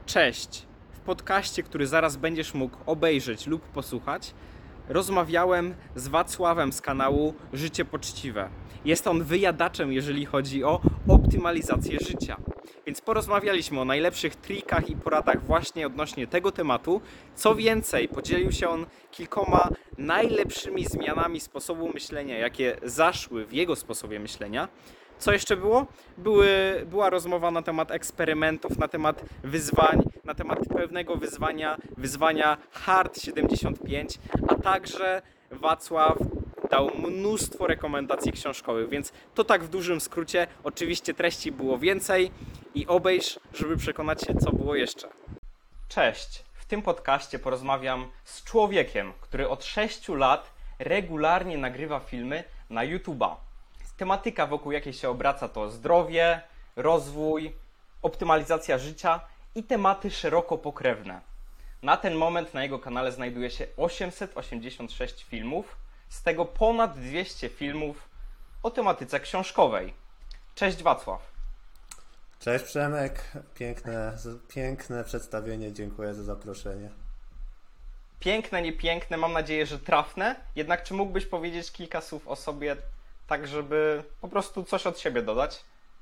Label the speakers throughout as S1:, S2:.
S1: Cześć! W podcaście, który zaraz będziesz mógł obejrzeć lub posłuchać, rozmawiałem z Wacławem z kanału Życie Poczciwe. Jest on wyjadaczem, jeżeli chodzi o optymalizację życia. Więc porozmawialiśmy o najlepszych trikach i poradach właśnie odnośnie tego tematu. Co więcej, podzielił się on kilkoma najlepszymi zmianami sposobu myślenia, jakie zaszły w jego sposobie myślenia. Co jeszcze było? Była rozmowa na temat eksperymentów, na temat wyzwań, na temat pewnego wyzwania Hard 75, a także Wacław dał mnóstwo rekomendacji książkowych, więc to tak w dużym skrócie. Oczywiście treści było więcej i obejrz, żeby przekonać się, co było jeszcze. Cześć! W tym podcaście porozmawiam z człowiekiem, który od 6 lat regularnie nagrywa filmy na YouTube'a. Tematyka, wokół jakiej się obraca, to zdrowie, rozwój, optymalizacja życia i tematy szeroko pokrewne. Na ten moment na jego kanale znajduje się 886 filmów, z tego ponad 200 filmów o tematyce książkowej. Cześć Wacław.
S2: Cześć Przemek, piękne przedstawienie, dziękuję za zaproszenie.
S1: Piękne, niepiękne, mam nadzieję, że trafne. Jednak czy mógłbyś powiedzieć kilka słów o sobie, tak żeby po prostu coś od siebie dodać?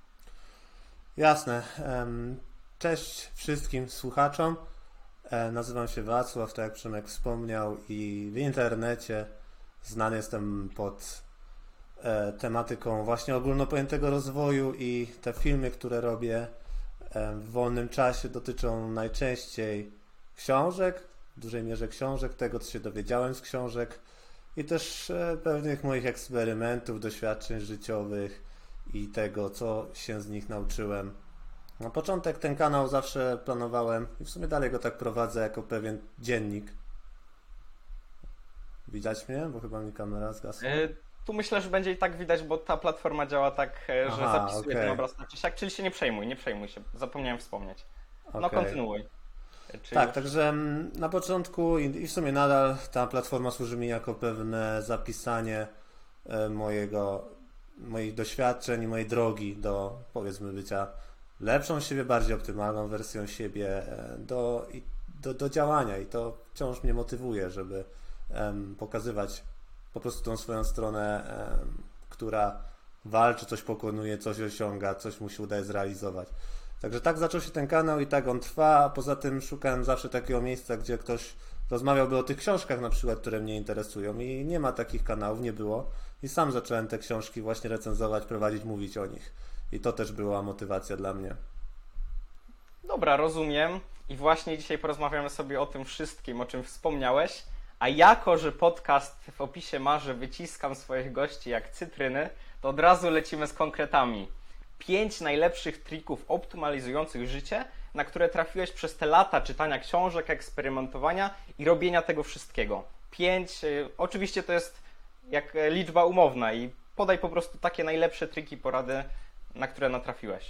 S2: Jasne. Cześć wszystkim słuchaczom. Nazywam się Wacław, tak jak Przemek wspomniał, i w internecie znany jestem pod tematyką właśnie ogólnopojętego rozwoju, i te filmy, które robię w wolnym czasie, dotyczą najczęściej książek, w dużej mierze książek, tego co się dowiedziałem z książek i też pewnych moich eksperymentów, doświadczeń życiowych i tego, co się z nich nauczyłem. Na początek ten kanał zawsze planowałem i w sumie dalej go tak prowadzę jako pewien dziennik. Widać mnie? Bo chyba mi kamera zgasła.
S1: Tu myślę, że będzie i tak widać, bo ta platforma działa tak, że
S2: Aha,
S1: zapisuje
S2: okej.
S1: ten obraz tak czy siak, czyli się nie przejmuj się, zapomniałem wspomnieć. No
S2: Okej.
S1: kontynuuj. Czy
S2: Tak,
S1: już...
S2: także na początku i w sumie nadal ta platforma służy mi jako pewne zapisanie moich doświadczeń i mojej drogi do, powiedzmy, bycia lepszą siebie, bardziej optymalną wersją siebie, do działania, i to wciąż mnie motywuje, żeby pokazywać po prostu tą swoją stronę, która walczy, coś pokonuje, coś osiąga, coś mu się udaje zrealizować. Także tak zaczął się ten kanał i tak on trwa, a poza tym szukałem zawsze takiego miejsca, gdzie ktoś rozmawiałby o tych książkach na przykład, które mnie interesują, i nie ma takich kanałów, nie było, i sam zacząłem te książki właśnie recenzować, prowadzić, mówić o nich, i to też była motywacja dla mnie.
S1: Dobra, rozumiem. I właśnie dzisiaj porozmawiamy sobie o tym wszystkim, o czym wspomniałeś. A jako, że podcast w opisie ma, że wyciskam swoich gości jak cytryny, to od razu lecimy z konkretami. 5 najlepszych trików optymalizujących życie, na które trafiłeś przez te lata czytania książek, eksperymentowania i robienia tego wszystkiego. 5, oczywiście to jest jak liczba umowna, i podaj po prostu takie najlepsze triki, porady, na które natrafiłeś.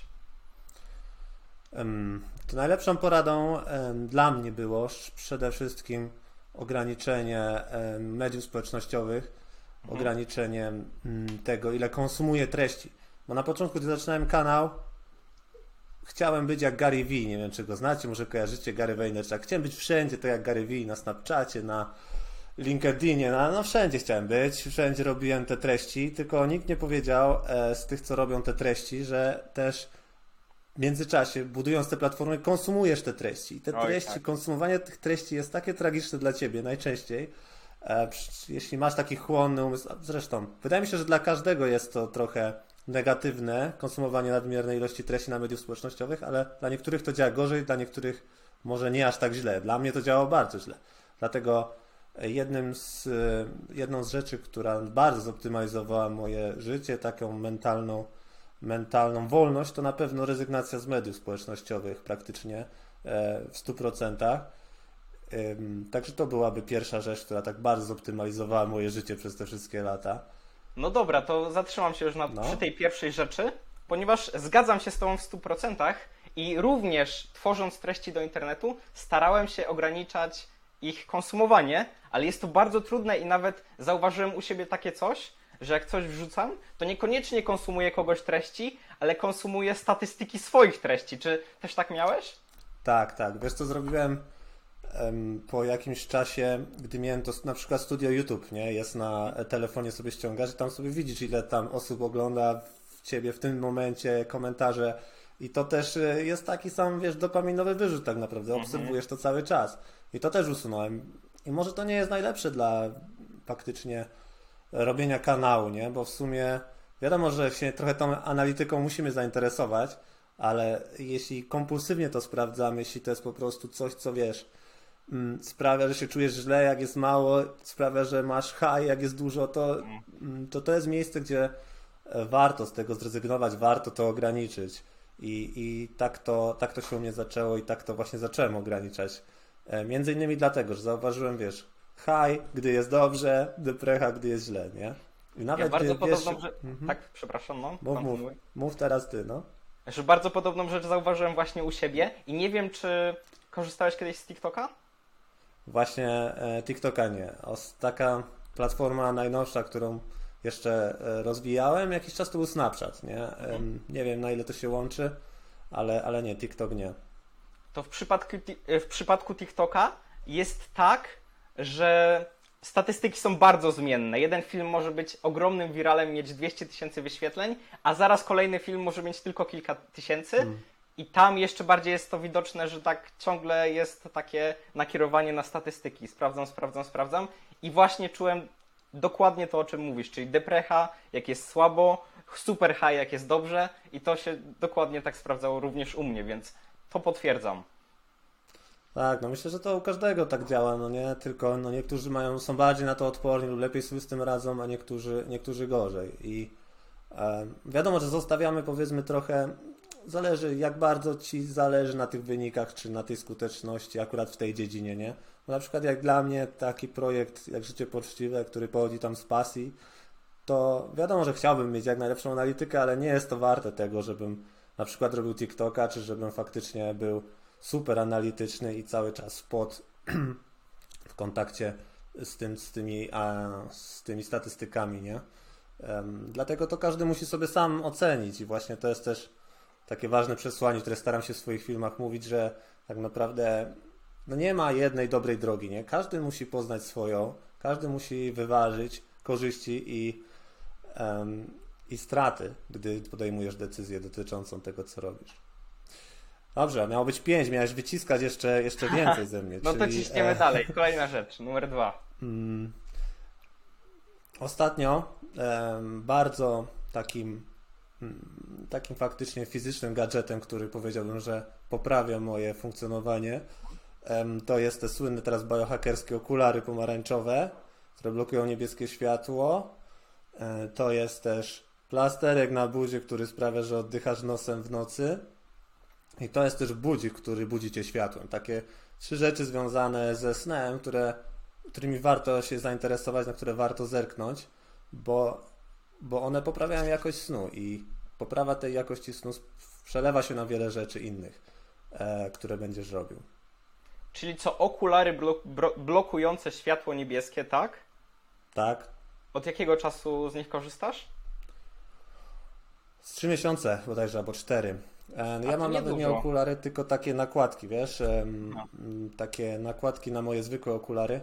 S2: To najlepszą poradą dla mnie było przede wszystkim ograniczenie mediów społecznościowych, ograniczenie tego, ile konsumuję treści. Bo na początku, gdy zaczynałem kanał, chciałem być jak Gary Vee, nie wiem czy go znacie, może kojarzycie Gary Vaynerchuk. Chciałem być wszędzie tak jak Gary Vee, na Snapchacie, na LinkedInie, no wszędzie chciałem być, wszędzie robiłem te treści, tylko nikt nie powiedział z tych, co robią te treści, że też w międzyczasie, budując te platformy, konsumujesz te treści. I te treści,
S1: Tak.
S2: konsumowanie tych treści jest takie tragiczne dla ciebie najczęściej, jeśli masz taki chłonny umysł. Zresztą, wydaje mi się, że dla każdego jest to trochę negatywne, konsumowanie nadmiernej ilości treści na mediów społecznościowych, ale dla niektórych to działa gorzej, dla niektórych może nie aż tak źle. Dla mnie to działało bardzo źle. Dlatego jedną z rzeczy, która bardzo zoptymalizowała moje życie, taką mentalną wolność, to na pewno rezygnacja z mediów społecznościowych praktycznie w 100%. Także to byłaby pierwsza rzecz, która tak bardzo zoptymalizowała moje życie przez te wszystkie lata.
S1: No dobra, to zatrzymam się już przy tej pierwszej rzeczy, ponieważ zgadzam się z Tobą w 100% i również tworząc treści do internetu starałem się ograniczać ich konsumowanie, ale jest to bardzo trudne i nawet zauważyłem u siebie takie coś, że jak coś wrzucam, to niekoniecznie konsumuję kogoś treści, ale konsumuję statystyki swoich treści. Czy też tak miałeś?
S2: Tak, tak. Wiesz co zrobiłem po jakimś czasie, gdy miałem to na przykład studio YouTube, nie? Jest na telefonie, sobie ściągasz i tam sobie widzisz, ile tam osób ogląda w ciebie w tym momencie, komentarze i to też jest taki sam, wiesz, dopaminowy wyrzut tak naprawdę. Obserwujesz to cały czas. I to też usunąłem. I może to nie jest najlepsze dla faktycznie robienia kanału, nie? Bo w sumie wiadomo, że się trochę tą analityką musimy zainteresować, ale jeśli kompulsywnie to sprawdzamy, jeśli to jest po prostu coś, co wiesz, sprawia, że się czujesz źle, jak jest mało, sprawia, że masz high, jak jest dużo, to jest miejsce, gdzie warto z tego zrezygnować, warto to ograniczyć. I tak to się u mnie zaczęło i tak to właśnie zacząłem ograniczać. Między innymi dlatego, że zauważyłem, wiesz, high, gdy jest dobrze, deprecha, gdy jest źle, nie? I
S1: Ja
S2: nawet
S1: bardzo
S2: gdy, wiesz,
S1: podobną rzecz... Tak, przepraszam, no.
S2: mów,
S1: kontynuuj.
S2: mów teraz ty, no.
S1: Że bardzo podobną rzecz zauważyłem właśnie u siebie i nie wiem, czy korzystałeś kiedyś z TikToka?
S2: Właśnie TikToka nie. Taka platforma najnowsza, którą jeszcze rozwijałem, jakiś czas to był Snapchat, nie? Nie wiem na ile to się łączy, ale nie, TikTok nie.
S1: To w przypadku TikToka jest tak, że statystyki są bardzo zmienne. Jeden film może być ogromnym wiralem, mieć 200 tysięcy wyświetleń, a zaraz kolejny film może mieć tylko kilka tysięcy. I tam jeszcze bardziej jest to widoczne, że tak ciągle jest takie nakierowanie na statystyki. Sprawdzam. I właśnie czułem dokładnie to, o czym mówisz, czyli deprecha, jak jest słabo, super high, jak jest dobrze. I to się dokładnie tak sprawdzało również u mnie, więc to potwierdzam.
S2: Tak, no myślę, że to u każdego tak działa, no nie? Tylko no niektórzy są bardziej na to odporni lub lepiej sobie z tym radzą, a niektórzy gorzej. I wiadomo, że zostawiamy powiedzmy trochę, zależy jak bardzo ci zależy na tych wynikach, czy na tej skuteczności akurat w tej dziedzinie, nie? Bo na przykład jak dla mnie taki projekt jak Życie Poczciwe, który pochodzi tam z pasji, to wiadomo, że chciałbym mieć jak najlepszą analitykę, ale nie jest to warte tego, żebym na przykład robił TikToka, czy żebym faktycznie był super analityczny i cały czas w kontakcie z tymi statystykami, nie? Dlatego to każdy musi sobie sam ocenić i właśnie to jest też takie ważne przesłanie, które staram się w swoich filmach mówić, że tak naprawdę no nie ma jednej dobrej drogi, nie? Każdy musi poznać swoją, każdy musi wyważyć korzyści i straty, gdy podejmujesz decyzję dotyczącą tego, co robisz. Dobrze, miało być 5, miałeś wyciskać jeszcze więcej ze mnie.
S1: No to
S2: czyli,
S1: ciśniemy dalej. Kolejna rzecz, numer 2.
S2: Ostatnio bardzo takim faktycznie fizycznym gadżetem, który powiedziałbym, że poprawia moje funkcjonowanie, to jest te słynne teraz biohackerskie okulary pomarańczowe, które blokują niebieskie światło. To jest też plasterek na buzie, który sprawia, że oddychasz nosem w nocy. I to jest też budzik, który budzi cię światłem. Takie 3 rzeczy związane ze snem, którymi warto się zainteresować, na które warto zerknąć, bo one poprawiają jakość snu i poprawa tej jakości snu przelewa się na wiele rzeczy innych, które będziesz robił.
S1: Czyli co, okulary blokujące światło niebieskie, tak?
S2: Tak?
S1: Od jakiego czasu z nich korzystasz?
S2: Z 3 miesiące bodajże, albo 4. Ja mam nawet nie okulary, tylko takie nakładki, wiesz, takie nakładki na moje zwykłe okulary.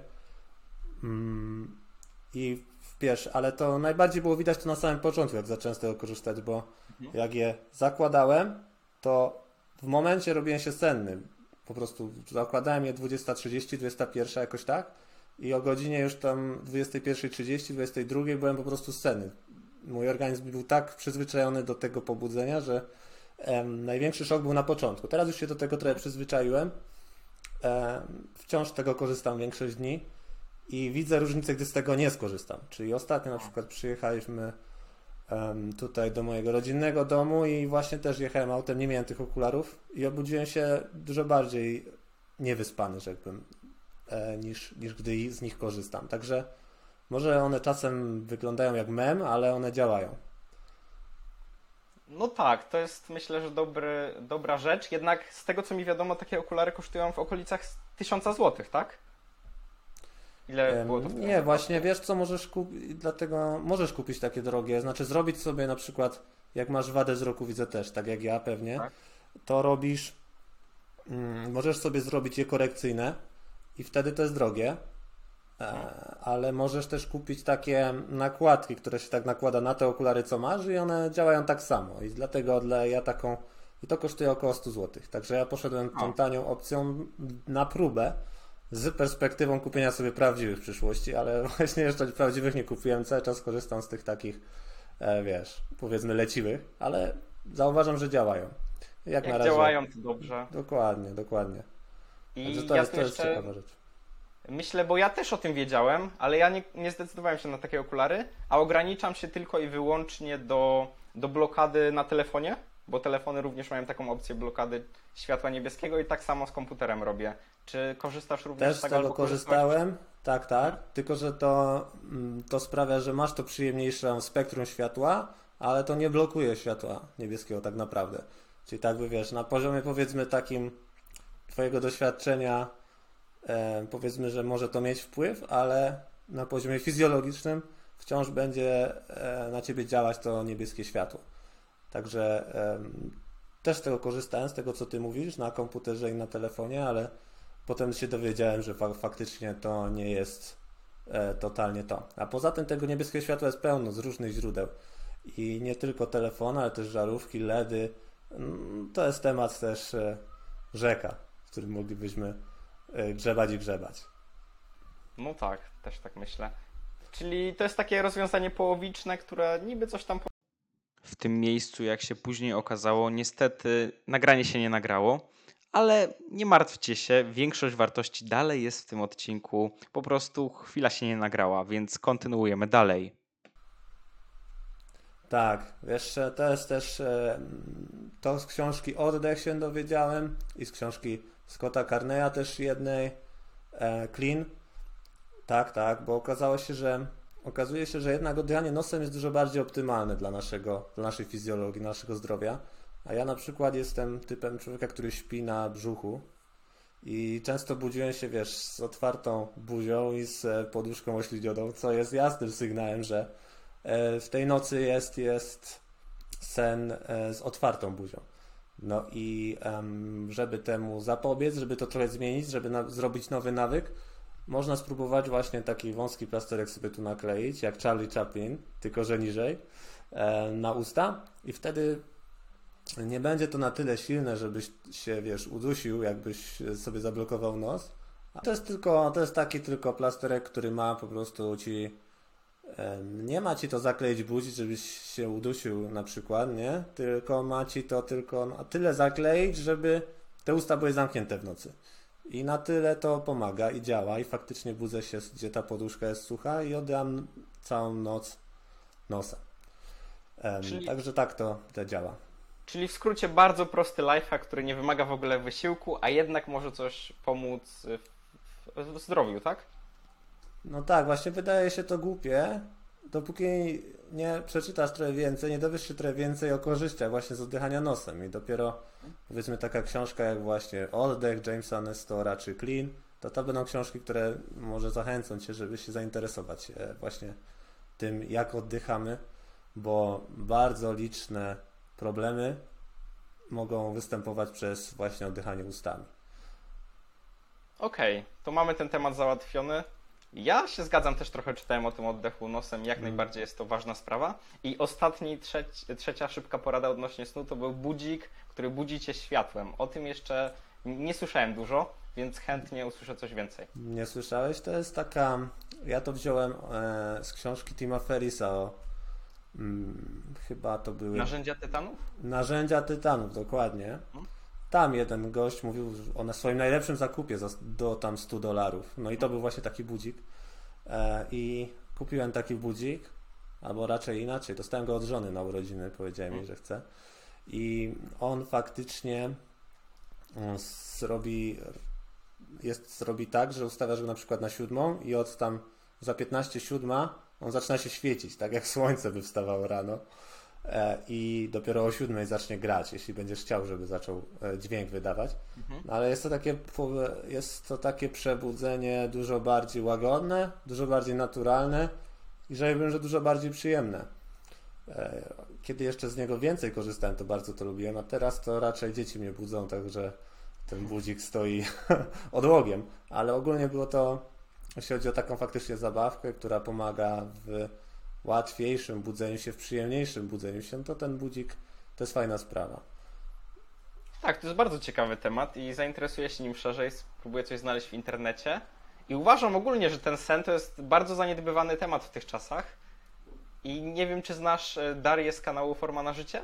S2: I wiesz, ale to najbardziej było widać to na samym początku, jak zacząłem z tego korzystać, bo jak je zakładałem, to w momencie robiłem się senny. Po prostu zakładałem je 20:30, 21 jakoś tak i o godzinie już tam 21:30, 22 byłem po prostu senny. Mój organizm był tak przyzwyczajony do tego pobudzenia, że największy szok był na początku. Teraz już się do tego trochę przyzwyczaiłem. Wciąż z tego korzystam większość dni i widzę różnicę, gdy z tego nie skorzystam. Czyli ostatnio na przykład przyjechaliśmy tutaj do mojego rodzinnego domu i właśnie też jechałem autem, nie miałem tych okularów i obudziłem się dużo bardziej niewyspany, rzekłbym, niż gdy z nich korzystam. Także może one czasem wyglądają jak mem, ale one działają.
S1: No tak, to jest myślę, że dobra rzecz, jednak z tego co mi wiadomo, takie okulary kosztują w okolicach 1000 zł, tak? Ile było to?
S2: Nie, właśnie wiesz co, możesz kupić, dlatego możesz kupić takie drogie, znaczy zrobić sobie na przykład, jak masz wadę wzroku, widzę też, tak jak ja pewnie,
S1: Tak.
S2: to robisz możesz sobie zrobić je korekcyjne i wtedy to jest drogie, ale możesz też kupić takie nakładki, które się tak nakłada na te okulary, co masz i one działają tak samo i dlatego ja taką i to kosztuje około 100 zł. Także ja poszedłem tą tanią opcją na próbę z perspektywą kupienia sobie prawdziwych w przyszłości, ale właśnie jeszcze prawdziwych nie kupiłem, cały czas korzystam z tych takich, wiesz, powiedzmy leciwych, ale zauważam, że działają. Jak na
S1: Jak
S2: razie.
S1: działają, to dobrze.
S2: Dokładnie, dokładnie. Także
S1: I
S2: to
S1: ja
S2: jest,
S1: tu
S2: to jest
S1: jeszcze
S2: ciekawa rzecz.
S1: myślę, bo ja też o tym wiedziałem, ale ja nie zdecydowałem się na takie okulary, a ograniczam się tylko i wyłącznie do blokady na telefonie, bo telefony również mają taką opcję blokady światła niebieskiego i tak samo z komputerem robię. Czy korzystasz również
S2: Też
S1: z
S2: z
S1: tego
S2: tego
S1: albo korzystałeś?
S2: korzystałem, tak, tak, tylko że to sprawia, że masz to przyjemniejsze spektrum światła, ale to nie blokuje światła niebieskiego tak naprawdę. Czyli tak by wiesz, na poziomie powiedzmy takim twojego doświadczenia, powiedzmy, że może to mieć wpływ, ale na poziomie fizjologicznym wciąż będzie na ciebie działać to niebieskie światło. Także też z tego korzystałem, z tego co ty mówisz, na komputerze i na telefonie, ale potem się dowiedziałem, że faktycznie to nie jest totalnie to. A poza tym tego niebieskiego światła jest pełno z różnych źródeł. I nie tylko telefony, ale też żarówki, LEDy. To jest temat też rzeka, w którym moglibyśmy grzebać i grzebać.
S1: No tak, też tak myślę. Czyli to jest takie rozwiązanie połowiczne, które niby coś tam. W tym miejscu, jak się później okazało, niestety nagranie się nie nagrało, ale nie martwcie się, większość wartości dalej jest w tym odcinku. Po prostu chwila się nie nagrała, więc kontynuujemy dalej.
S2: Tak, wiesz, to jest też to z książki Oddech się dowiedziałem i z książki Scotta Carneya też jednej, Clean. Tak, tak, bo okazuje się, że jednak oddychanie nosem jest dużo bardziej optymalne dla naszej fizjologii, naszego zdrowia. A ja na przykład jestem typem człowieka, który śpi na brzuchu i często budziłem się, wiesz, z otwartą buzią i z poduszką oślinioną, co jest jasnym sygnałem, że w tej nocy jest sen z otwartą buzią. No i żeby temu zapobiec, żeby to trochę zmienić, żeby zrobić nowy nawyk, można spróbować właśnie taki wąski plasterek sobie tu nakleić, jak Charlie Chaplin, tylko że niżej, na usta i wtedy nie będzie to na tyle silne, żebyś się, wiesz, udusił, jakbyś sobie zablokował nos. A to jest taki tylko plasterek, który ma po prostu nie ma ci to zakleić buzi, żebyś się udusił na przykład, nie? Tylko ma ci to tylko na tyle zakleić, żeby te usta były zamknięte w nocy. I na tyle to pomaga i działa i faktycznie budzę się, gdzie ta poduszka jest sucha i oddycham całą noc nosem. Także tak to działa.
S1: Czyli w skrócie bardzo prosty lifehack, który nie wymaga w ogóle wysiłku, a jednak może coś pomóc w zdrowiu, tak?
S2: No tak, właśnie wydaje się to głupie, dopóki nie przeczytasz trochę więcej, nie dowiesz się trochę więcej o korzyściach właśnie z oddychania nosem i dopiero powiedzmy taka książka jak właśnie Oddech Jamesa Nestora czy Clean, to będą książki, które może zachęcą cię, żeby się zainteresować właśnie tym, jak oddychamy, bo bardzo liczne problemy mogą występować przez właśnie oddychanie ustami.
S1: Okej, to mamy ten temat załatwiony. Ja się zgadzam, też trochę czytałem o tym oddechu nosem, jak najbardziej jest to ważna sprawa. I trzecia szybka porada odnośnie snu to był budzik, który budzi cię światłem. O tym jeszcze nie słyszałem dużo, więc chętnie usłyszę coś więcej.
S2: Nie słyszałeś? To jest ja to wziąłem z książki Tima Ferrisa chyba to były
S1: Narzędzia tytanów?
S2: Narzędzia Tytanów, dokładnie. Tam jeden gość mówił o swoim najlepszym zakupie do tam $100. No i to był właśnie taki budzik. I kupiłem taki budzik, albo raczej inaczej, dostałem go od żony na urodziny, powiedziałem jej, że chcę. I on faktycznie zrobi tak, że ustawiasz go na przykład na 7 i od tam za 15:07 on zaczyna się świecić, tak jak słońce by wstawało rano. I dopiero o 7 zacznie grać, jeśli będziesz chciał, żeby zaczął dźwięk wydawać. No, ale jest to takie przebudzenie dużo bardziej łagodne, dużo bardziej naturalne i że dużo bardziej przyjemne. Kiedy jeszcze z niego więcej korzystałem, to bardzo to lubiłem, a teraz to raczej dzieci mnie budzą, także ten budzik stoi odłogiem, ale ogólnie było to, jeśli chodzi o taką faktycznie zabawkę, która pomaga w łatwiejszym budzeniu się, w przyjemniejszym budzeniu się, to ten budzik to jest fajna sprawa.
S1: Tak, to jest bardzo ciekawy temat i zainteresuję się nim szerzej, spróbuję coś znaleźć w internecie. I uważam ogólnie, że ten sen to jest bardzo zaniedbywany temat w tych czasach. I nie wiem, czy znasz Darię z kanału Forma na Życie?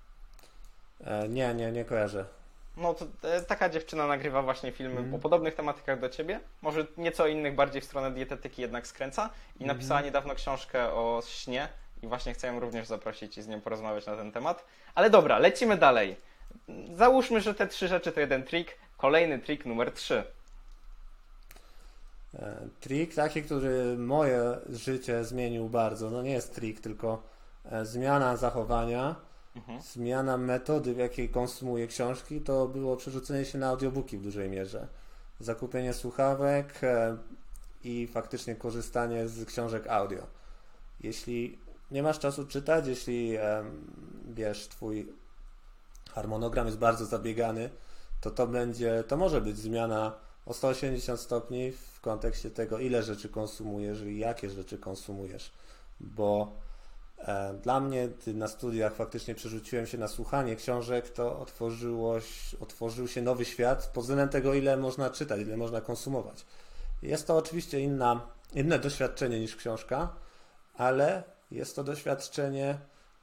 S2: Nie kojarzę.
S1: No to taka dziewczyna nagrywa właśnie filmy o podobnych tematykach do ciebie. Może nieco innych, bardziej w stronę dietetyki jednak skręca. I napisała niedawno książkę o śnie. I właśnie chcę ją również zaprosić i z nią porozmawiać na ten temat. Ale dobra, lecimy dalej. Załóżmy, że te 3 rzeczy to jeden trik. Kolejny trik numer 3.
S2: Trik taki, który moje życie zmienił bardzo, no nie jest trik, tylko zmiana zachowania, zmiana metody, w jakiej konsumuję książki, to było przerzucenie się na audiobooki w dużej mierze. Zakupienie słuchawek i faktycznie korzystanie z książek audio. Jeśli nie masz czasu czytać, jeśli wiesz, twój harmonogram jest bardzo zabiegany, to może być zmiana o 180 stopni w kontekście tego, ile rzeczy konsumujesz i jakie rzeczy konsumujesz. Bo dla mnie, gdy na studiach faktycznie przerzuciłem się na słuchanie książek, to otworzył się nowy świat pod względem tego, ile można czytać, ile można konsumować. Jest to oczywiście inne doświadczenie niż książka, ale jest to doświadczenie,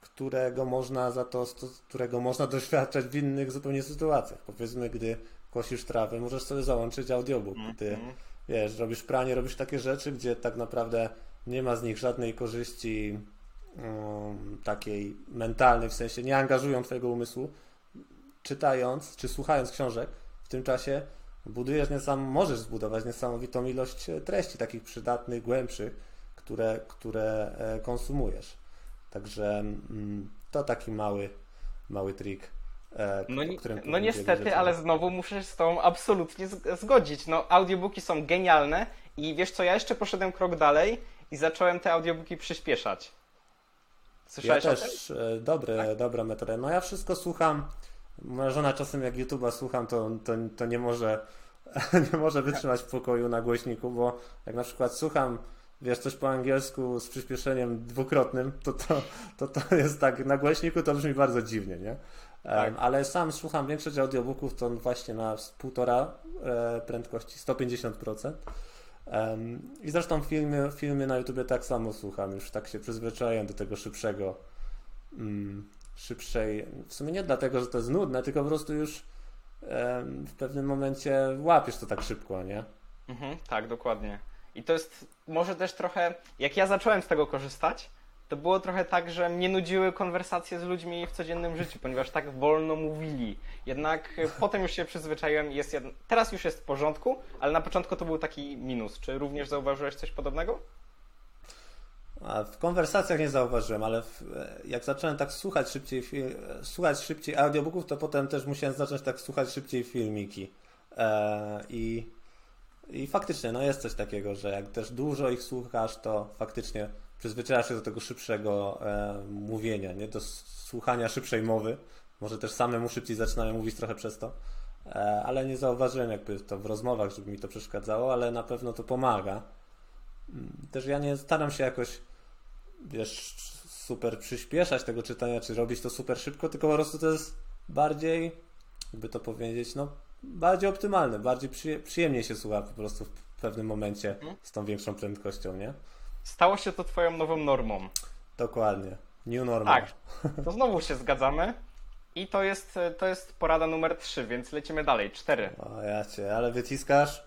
S2: którego można doświadczać w innych zupełnie sytuacjach. Powiedzmy, gdy kosisz trawę, możesz sobie załączyć audiobook. Gdy wiesz, robisz pranie, robisz takie rzeczy, gdzie tak naprawdę nie ma z nich żadnej korzyści takiej mentalnej, w sensie nie angażują twojego umysłu. Czytając czy słuchając książek, w tym czasie możesz zbudować niesamowitą ilość treści, takich przydatnych, głębszych, które konsumujesz. Także to taki mały trik.
S1: No niestety, ale znowu muszę się z tobą absolutnie zgodzić. No, audiobooki są genialne i wiesz co, ja jeszcze poszedłem krok dalej i zacząłem te audiobooki przyspieszać. Słyszałeś
S2: Ja
S1: o tym?
S2: też, dobra metoda. No ja wszystko słucham. Moja żona czasem jak YouTube'a słucham, to nie może, nie może wytrzymać w pokoju na głośniku, bo jak na przykład słucham, wiesz, coś po angielsku z przyspieszeniem dwukrotnym, to jest tak, na głośniku to brzmi bardzo dziwnie, nie?
S1: Tak.
S2: Ale sam słucham większość audiobooków to właśnie na 1,5 prędkości, 150%. I zresztą filmy na YouTubie tak samo słucham, już tak się przyzwyczaiłem do tego szybszej, w sumie nie dlatego, że to jest nudne, tylko po prostu już w pewnym momencie łapiesz to tak szybko, nie?
S1: Tak, dokładnie. I to jest może też trochę, jak ja zacząłem z tego korzystać, to było trochę tak, że mnie nudziły konwersacje z ludźmi w codziennym życiu, ponieważ tak wolno mówili. Jednak potem już się przyzwyczaiłem i teraz już jest w porządku, ale na początku to był taki minus. Czy również zauważyłeś coś podobnego?
S2: A w konwersacjach nie zauważyłem, ale jak zacząłem tak słuchać szybciej audiobooków, to potem też musiałem zacząć tak słuchać szybciej filmiki. I faktycznie, no jest coś takiego, że jak też dużo ich słuchasz, to faktycznie przyzwyczajasz się do tego szybszego mówienia, nie? Do słuchania szybszej mowy. Może też samemu szybciej zaczynałem mówić trochę przez to, ale nie zauważyłem jakby to w rozmowach, żeby mi to przeszkadzało, ale na pewno to pomaga. Też ja nie staram się jakoś, wiesz, super przyspieszać tego czytania, czy robić to super szybko, tylko po prostu to jest bardziej, jakby to powiedzieć, no bardziej optymalne, bardziej przyjemniej się słucha po prostu w pewnym momencie z tą większą prędkością, nie?
S1: Stało się to twoją nową normą.
S2: Dokładnie. New normal.
S1: Tak, to znowu się zgadzamy. I to jest porada numer 3, więc lecimy dalej. 4.
S2: O ja cię, ale wyciskasz.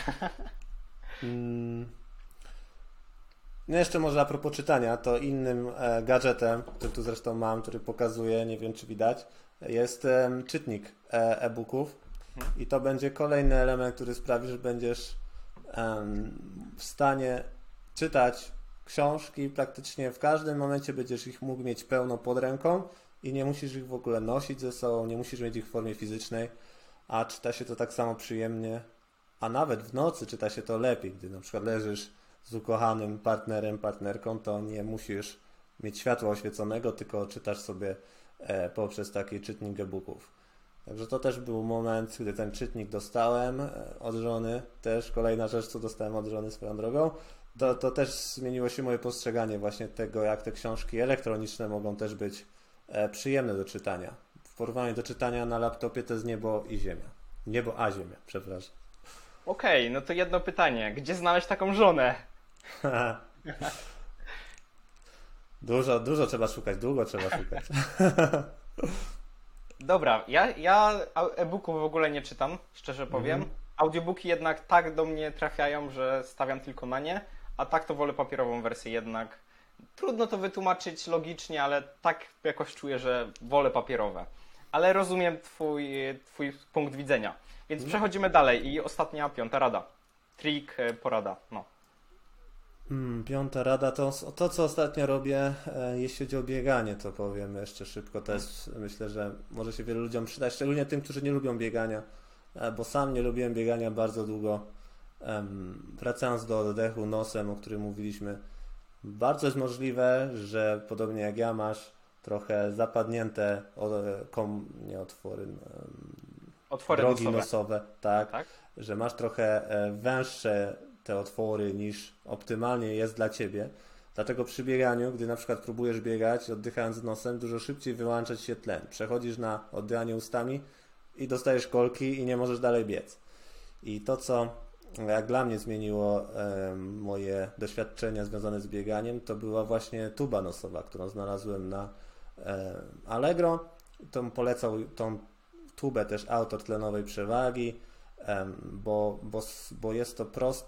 S2: No jeszcze może a propos czytania, to innym gadżetem, który tu zresztą mam, który pokazuje, nie wiem czy widać, jest czytnik e-booków i to będzie kolejny element, który sprawi, że będziesz w stanie czytać książki praktycznie w każdym momencie, będziesz ich mógł mieć pełno pod ręką i nie musisz ich w ogóle nosić ze sobą, nie musisz mieć ich w formie fizycznej, a czyta się to tak samo przyjemnie, a nawet w nocy czyta się to lepiej, gdy na przykład leżysz z ukochanym partnerem, partnerką, to nie musisz mieć światła oświeconego, tylko czytasz sobie poprzez taki czytnik e-booków. Także to też był moment, gdy ten czytnik dostałem od żony, też kolejna rzecz, co dostałem od żony swoją drogą. To też zmieniło się moje postrzeganie właśnie tego, jak te książki elektroniczne mogą też być przyjemne do czytania. W porównaniu do czytania na laptopie to jest niebo i ziemia. Niebo a ziemia, przepraszam.
S1: Okej, no to jedno pytanie. Gdzie znaleźć taką żonę?
S2: Dużo trzeba szukać, długo trzeba szukać.
S1: Dobra, ja e-booków w ogóle nie czytam, szczerze powiem. Audiobooki jednak tak do mnie trafiają, że stawiam tylko na nie, a tak to wolę papierową wersję jednak. Trudno to wytłumaczyć logicznie, ale tak jakoś czuję, że wolę papierowe. Ale rozumiem twój punkt widzenia. Więc przechodzimy dalej i ostatnia, piąta rada. Trik, porada, no.
S2: Piąta rada to, co ostatnio robię, jeśli chodzi o bieganie, to powiem jeszcze szybko. To jest, myślę, że może się wielu ludziom przydać, szczególnie tym, którzy nie lubią biegania, bo sam nie lubiłem biegania bardzo długo. Wracając do oddechu nosem, o którym mówiliśmy, bardzo jest możliwe, że podobnie jak ja masz trochę zapadnięte nie otwory,
S1: Otwory
S2: drogi
S1: nosowe.
S2: tak,
S1: Tak?
S2: że masz trochę węższe te otwory niż optymalnie jest dla ciebie. Dlatego przy bieganiu, gdy na przykład próbujesz biegać, oddychając nosem, dużo szybciej wyłącza ci się tlen. Przechodzisz na oddychanie ustami i dostajesz kolki i nie możesz dalej biec. I to, co jak dla mnie zmieniło moje doświadczenia związane z bieganiem, to była właśnie tuba nosowa, którą znalazłem na Allegro. To polecał tą tubę też autor tlenowej przewagi, bo jest to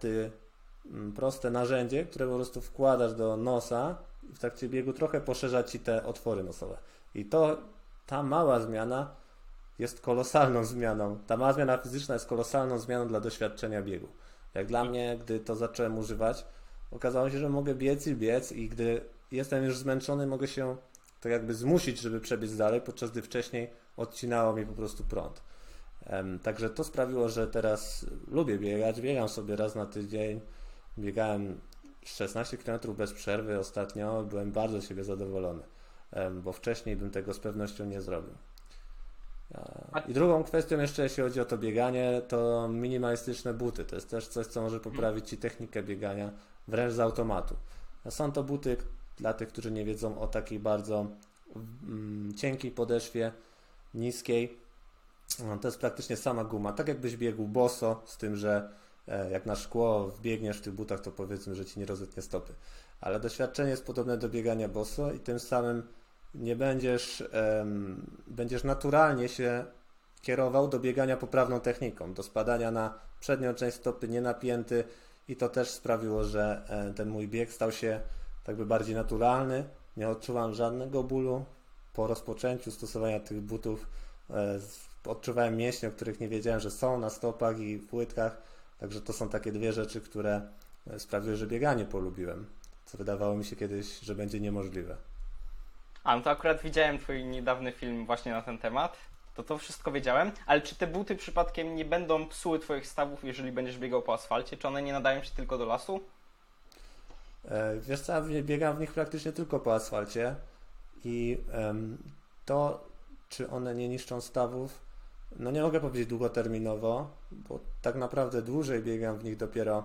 S2: proste narzędzie, które po prostu wkładasz do nosa i w trakcie biegu trochę poszerza ci te otwory nosowe. I ta mała zmiana jest kolosalną zmianą. Ta mała zmiana fizyczna jest kolosalną zmianą dla doświadczenia biegu. Jak dla mnie, gdy to zacząłem używać, okazało się, że mogę biec i gdy jestem już zmęczony, mogę się tak jakby zmusić, żeby przebiec dalej, podczas gdy wcześniej odcinało mi po prostu prąd. Także to sprawiło, że teraz lubię biegać. Biegam sobie raz na tydzień. Biegałem 16 km bez przerwy ostatnio. Byłem bardzo z siebie zadowolony, bo wcześniej bym tego z pewnością nie zrobił. I drugą kwestią jeszcze, jeśli chodzi o to bieganie, to minimalistyczne buty. To jest też coś, co może poprawić ci technikę biegania wręcz z automatu. Są to buty dla tych, którzy nie wiedzą, o takiej bardzo cienkiej podeszwie, niskiej. To jest praktycznie sama guma. Tak jakbyś biegł boso, z tym, że jak na szkło wbiegniesz w tych butach, to powiedzmy, że ci nie rozetnie stopy. Ale doświadczenie jest podobne do biegania boso i tym samym nie będziesz naturalnie się kierował do biegania poprawną techniką, do spadania na przednią część stopy nienapięty i to też sprawiło, że ten mój bieg stał się jakby bardziej naturalny. Nie odczuwam żadnego bólu. Po rozpoczęciu stosowania tych butów odczuwałem mięśnie, o których nie wiedziałem, że są na stopach i w łydkach. Także to są takie dwie rzeczy, które sprawiły, że bieganie polubiłem, co wydawało mi się kiedyś, że będzie niemożliwe.
S1: No to akurat widziałem twój niedawny film właśnie na ten temat. To wszystko wiedziałem, ale czy te buty przypadkiem nie będą psuły twoich stawów, jeżeli będziesz biegał po asfalcie? Czy one nie nadają się tylko do lasu?
S2: Wiesz co, ja biegam w nich praktycznie tylko po asfalcie i to, czy one nie niszczą stawów, no nie mogę powiedzieć długoterminowo, bo tak naprawdę dłużej biegam w nich dopiero,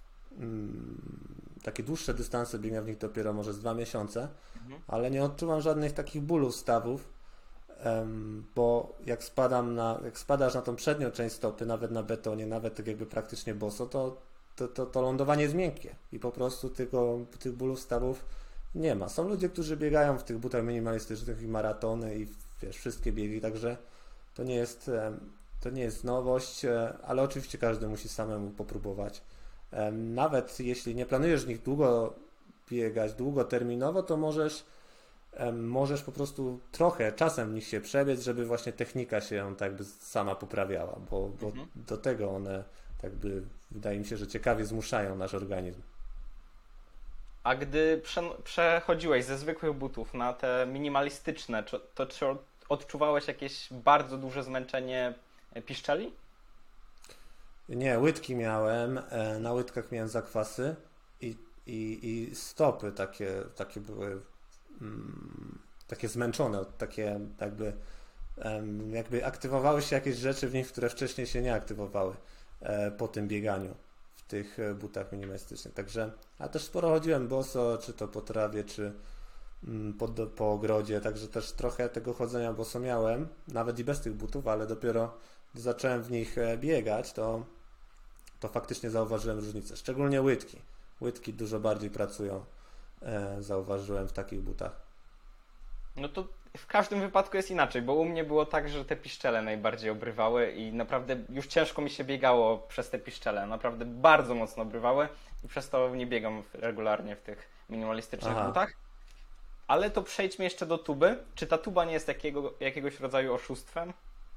S2: takie dłuższe dystanse biegam w nich dopiero może z 2 miesiące, ale nie odczuwam żadnych takich bólów stawów, bo jak spadasz na tą przednią część stopy, nawet na betonie, nawet tak jakby praktycznie boso, to lądowanie jest miękkie i po prostu tych bólów stawów nie ma. Są ludzie, którzy biegają w tych butach minimalistycznych i maratony i wiesz, wszystkie biegi, także to nie jest nowość, ale oczywiście każdy musi samemu popróbować. Nawet jeśli nie planujesz w nich długo biegać, długoterminowo, to możesz po prostu trochę czasem w nich się przebiec, żeby właśnie technika się tak by sama poprawiała, bo do tego one tak by, wydaje mi się, że ciekawie zmuszają nasz organizm.
S1: A gdy przechodziłeś ze zwykłych butów na te minimalistyczne, to czy odczuwałeś jakieś bardzo duże zmęczenie piszczeli?
S2: Nie, łydki miałem, na łydkach miałem zakwasy i stopy takie były takie zmęczone, takie jakby jakby aktywowały się jakieś rzeczy w nich, które wcześniej się nie aktywowały po tym bieganiu w tych butach minimalistycznych. Także, a też sporo chodziłem boso, czy to po trawie, czy po ogrodzie, także też trochę tego chodzenia boso miałem, nawet i bez tych butów, ale dopiero gdy zacząłem w nich biegać, to faktycznie zauważyłem różnicę. Szczególnie łydki. Łydki dużo bardziej pracują, zauważyłem w takich butach.
S1: No to w każdym wypadku jest inaczej, bo u mnie było tak, że te piszczele najbardziej obrywały i naprawdę już ciężko mi się biegało przez te piszczele. Naprawdę bardzo mocno obrywały i przez to nie biegam regularnie w tych minimalistycznych
S2: Aha.
S1: butach. Ale to przejdźmy jeszcze do tuby. Czy ta tuba nie jest jakiegoś rodzaju oszustwem?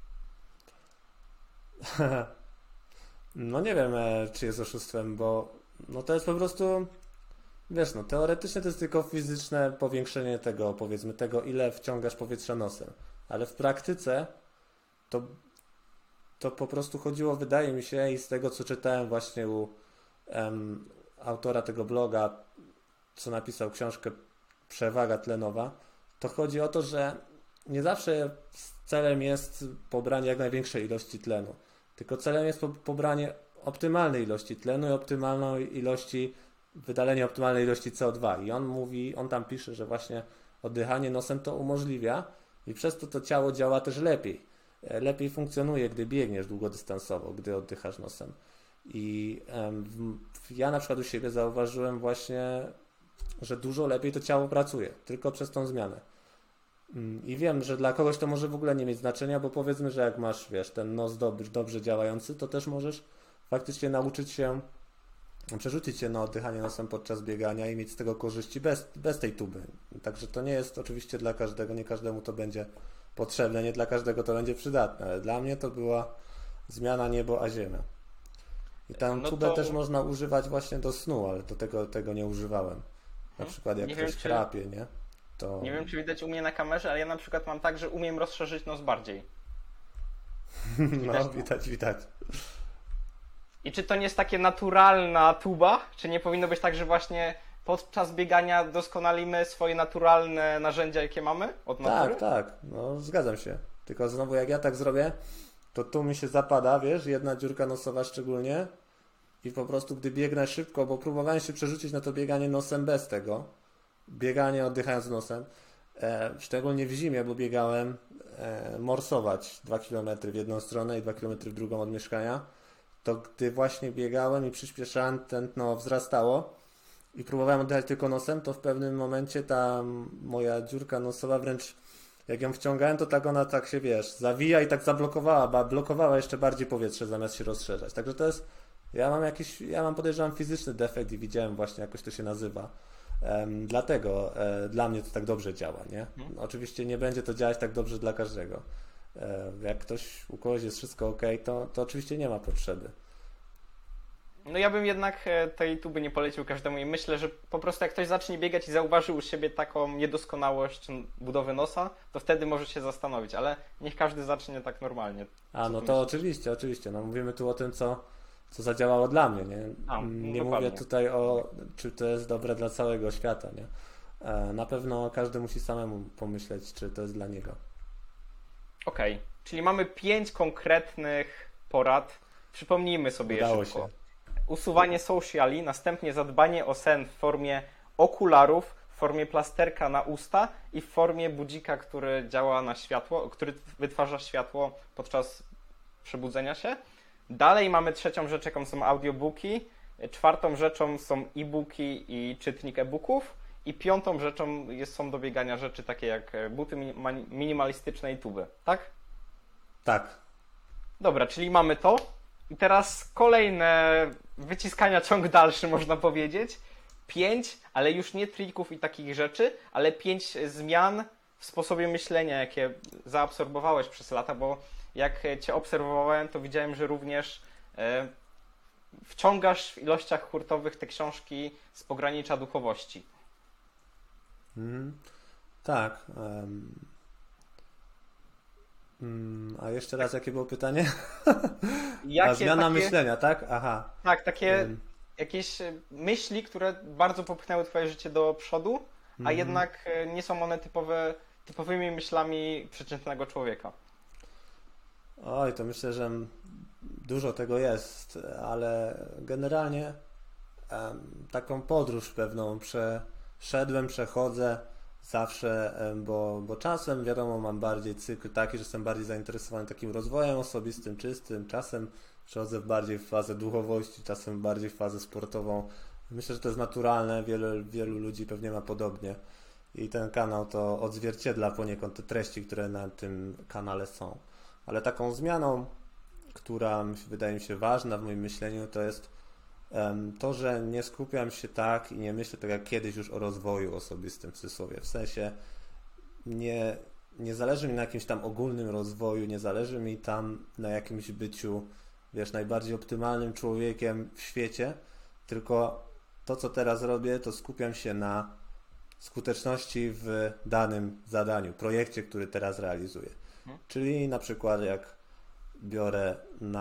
S2: No nie wiem, czy jest oszustwem, bo no to jest po prostu, wiesz, no teoretycznie to jest tylko fizyczne powiększenie tego, powiedzmy, tego, ile wciągasz powietrza nosem. Ale w praktyce to, to po prostu chodziło, wydaje mi się, i z tego, co czytałem właśnie u autora tego bloga, co napisał książkę Przewaga tlenowa, to chodzi o to, że nie zawsze celem jest pobranie jak największej ilości tlenu, tylko celem jest pobranie optymalnej ilości tlenu i wydalenie optymalnej ilości CO2. I on mówi, on tam pisze, że właśnie oddychanie nosem to umożliwia i przez to ciało działa też lepiej. Lepiej funkcjonuje, gdy biegniesz długodystansowo, gdy oddychasz nosem. I ja na przykład u siebie zauważyłem właśnie, że dużo lepiej to ciało pracuje, tylko przez tą zmianę. I wiem, że dla kogoś to może w ogóle nie mieć znaczenia, bo powiedzmy, że jak masz, wiesz, ten nos dobrze działający, to też możesz faktycznie nauczyć się, przerzucić się na oddychanie nosem podczas biegania i mieć z tego korzyści bez tej tuby. Także to nie jest oczywiście dla każdego, nie każdemu to będzie potrzebne, nie dla każdego to będzie przydatne, ale dla mnie to była zmiana niebo a ziemia. I tę
S1: No
S2: tubę
S1: to
S2: też można używać właśnie do snu, ale do tego nie używam. Na przykład jak
S1: nie wiem,
S2: ktoś
S1: czy,
S2: chrapie, nie? To
S1: nie wiem, czy widać u mnie na kamerze, ale ja na przykład mam tak, że umiem rozszerzyć nos bardziej. Widać
S2: no,
S1: to?
S2: widać.
S1: I czy to nie jest takie naturalna tuba? Czy nie powinno być tak, że właśnie podczas biegania doskonalimy swoje naturalne narzędzia, jakie mamy od natury?
S2: Tak, no zgadzam się. Tylko znowu jak ja tak zrobię, to tu mi się zapada, wiesz, jedna dziurka nosowa szczególnie i po prostu gdy biegnę szybko, bo próbowałem się przerzucić na to bieganie nosem bez tego, bieganie oddychając nosem, szczególnie w zimie, bo biegałem morsować 2 km w jedną stronę i 2 km w drugą od mieszkania, to gdy właśnie biegałem i przyspieszałem, tętno wzrastało i próbowałem oddychać tylko nosem, to w pewnym momencie ta moja dziurka nosowa wręcz jak ją wciągałem, to tak ona tak się, wiesz, zawija i tak zablokowała, blokowała jeszcze bardziej powietrze zamiast się rozszerzać. Także to jest, ja mam podejrzewam fizyczny defekt i widziałem właśnie jakoś to się nazywa. Dlatego dla mnie to tak dobrze działa, nie? Oczywiście nie będzie to działać tak dobrze dla każdego. Jak u kogoś jest wszystko ok, to oczywiście nie ma potrzeby.
S1: No ja bym jednak tej tuby nie polecił każdemu i myślę, że po prostu jak ktoś zacznie biegać i zauważy u siebie taką niedoskonałość budowy nosa, to wtedy może się zastanowić, ale niech każdy zacznie tak normalnie.
S2: A
S1: Co
S2: no
S1: ty
S2: to
S1: myślisz?
S2: oczywiście. No mówimy tu o tym, co zadziałało dla mnie, nie?
S1: A, no
S2: Nie
S1: dokładnie.
S2: mówię tutaj o, czy to jest dobre dla całego świata, nie? Na pewno każdy musi samemu pomyśleć, czy to jest dla niego.
S1: Okej, czyli mamy 5 konkretnych porad. Przypomnijmy sobie je
S2: Udało
S1: szybko.
S2: się.
S1: Usuwanie sociali, następnie zadbanie o sen w formie okularów, w formie plasterka na usta i w formie budzika, który działa na światło, który wytwarza światło podczas przebudzenia się. Dalej mamy trzecią rzecz, jaką są audiobooki. Czwartą rzeczą są e-booki i czytnik e-booków. I piątą rzeczą są do biegania rzeczy takie jak buty minimalistyczne i tuby. Tak?
S2: Tak.
S1: Dobra, czyli mamy to. I teraz kolejne wyciskania, ciąg dalszy można powiedzieć. 5, ale już nie trików i takich rzeczy, ale 5 zmian w sposobie myślenia, jakie zaabsorbowałeś przez lata, bo jak Cię obserwowałem, to widziałem, że również wciągasz w ilościach hurtowych te książki z pogranicza duchowości.
S2: Tak. A jeszcze raz, jakie było pytanie? A
S1: Jakie
S2: zmiana
S1: takie,
S2: myślenia, tak? Aha.
S1: tak, takie
S2: Ym,
S1: jakieś myśli, które bardzo popchnęły Twoje życie do przodu, a
S2: mhm.
S1: jednak nie są one typowymi myślami przeciętnego człowieka.
S2: Oj, to myślę, że dużo tego jest, ale generalnie taką podróż pewną przechodzę zawsze, bo czasem wiadomo mam bardziej cykl taki, że jestem bardziej zainteresowany takim rozwojem osobistym, czystym, czasem przechodzę bardziej w fazę duchowości, czasem bardziej w fazę sportową. Myślę, że to jest naturalne, wielu ludzi pewnie ma podobnie i ten kanał to odzwierciedla poniekąd te treści, które na tym kanale są. Ale taką zmianą, która wydaje mi się ważna w moim myśleniu, to jest to, że nie skupiam się tak i nie myślę tak jak kiedyś już o rozwoju osobistym w cudzysłowie. W sensie nie zależy mi na jakimś tam ogólnym rozwoju, nie zależy mi tam na jakimś byciu, wiesz, najbardziej optymalnym człowiekiem w świecie, tylko to, co teraz robię, to skupiam się na skuteczności w danym zadaniu, projekcie, który teraz realizuję. Czyli na przykład jak biorę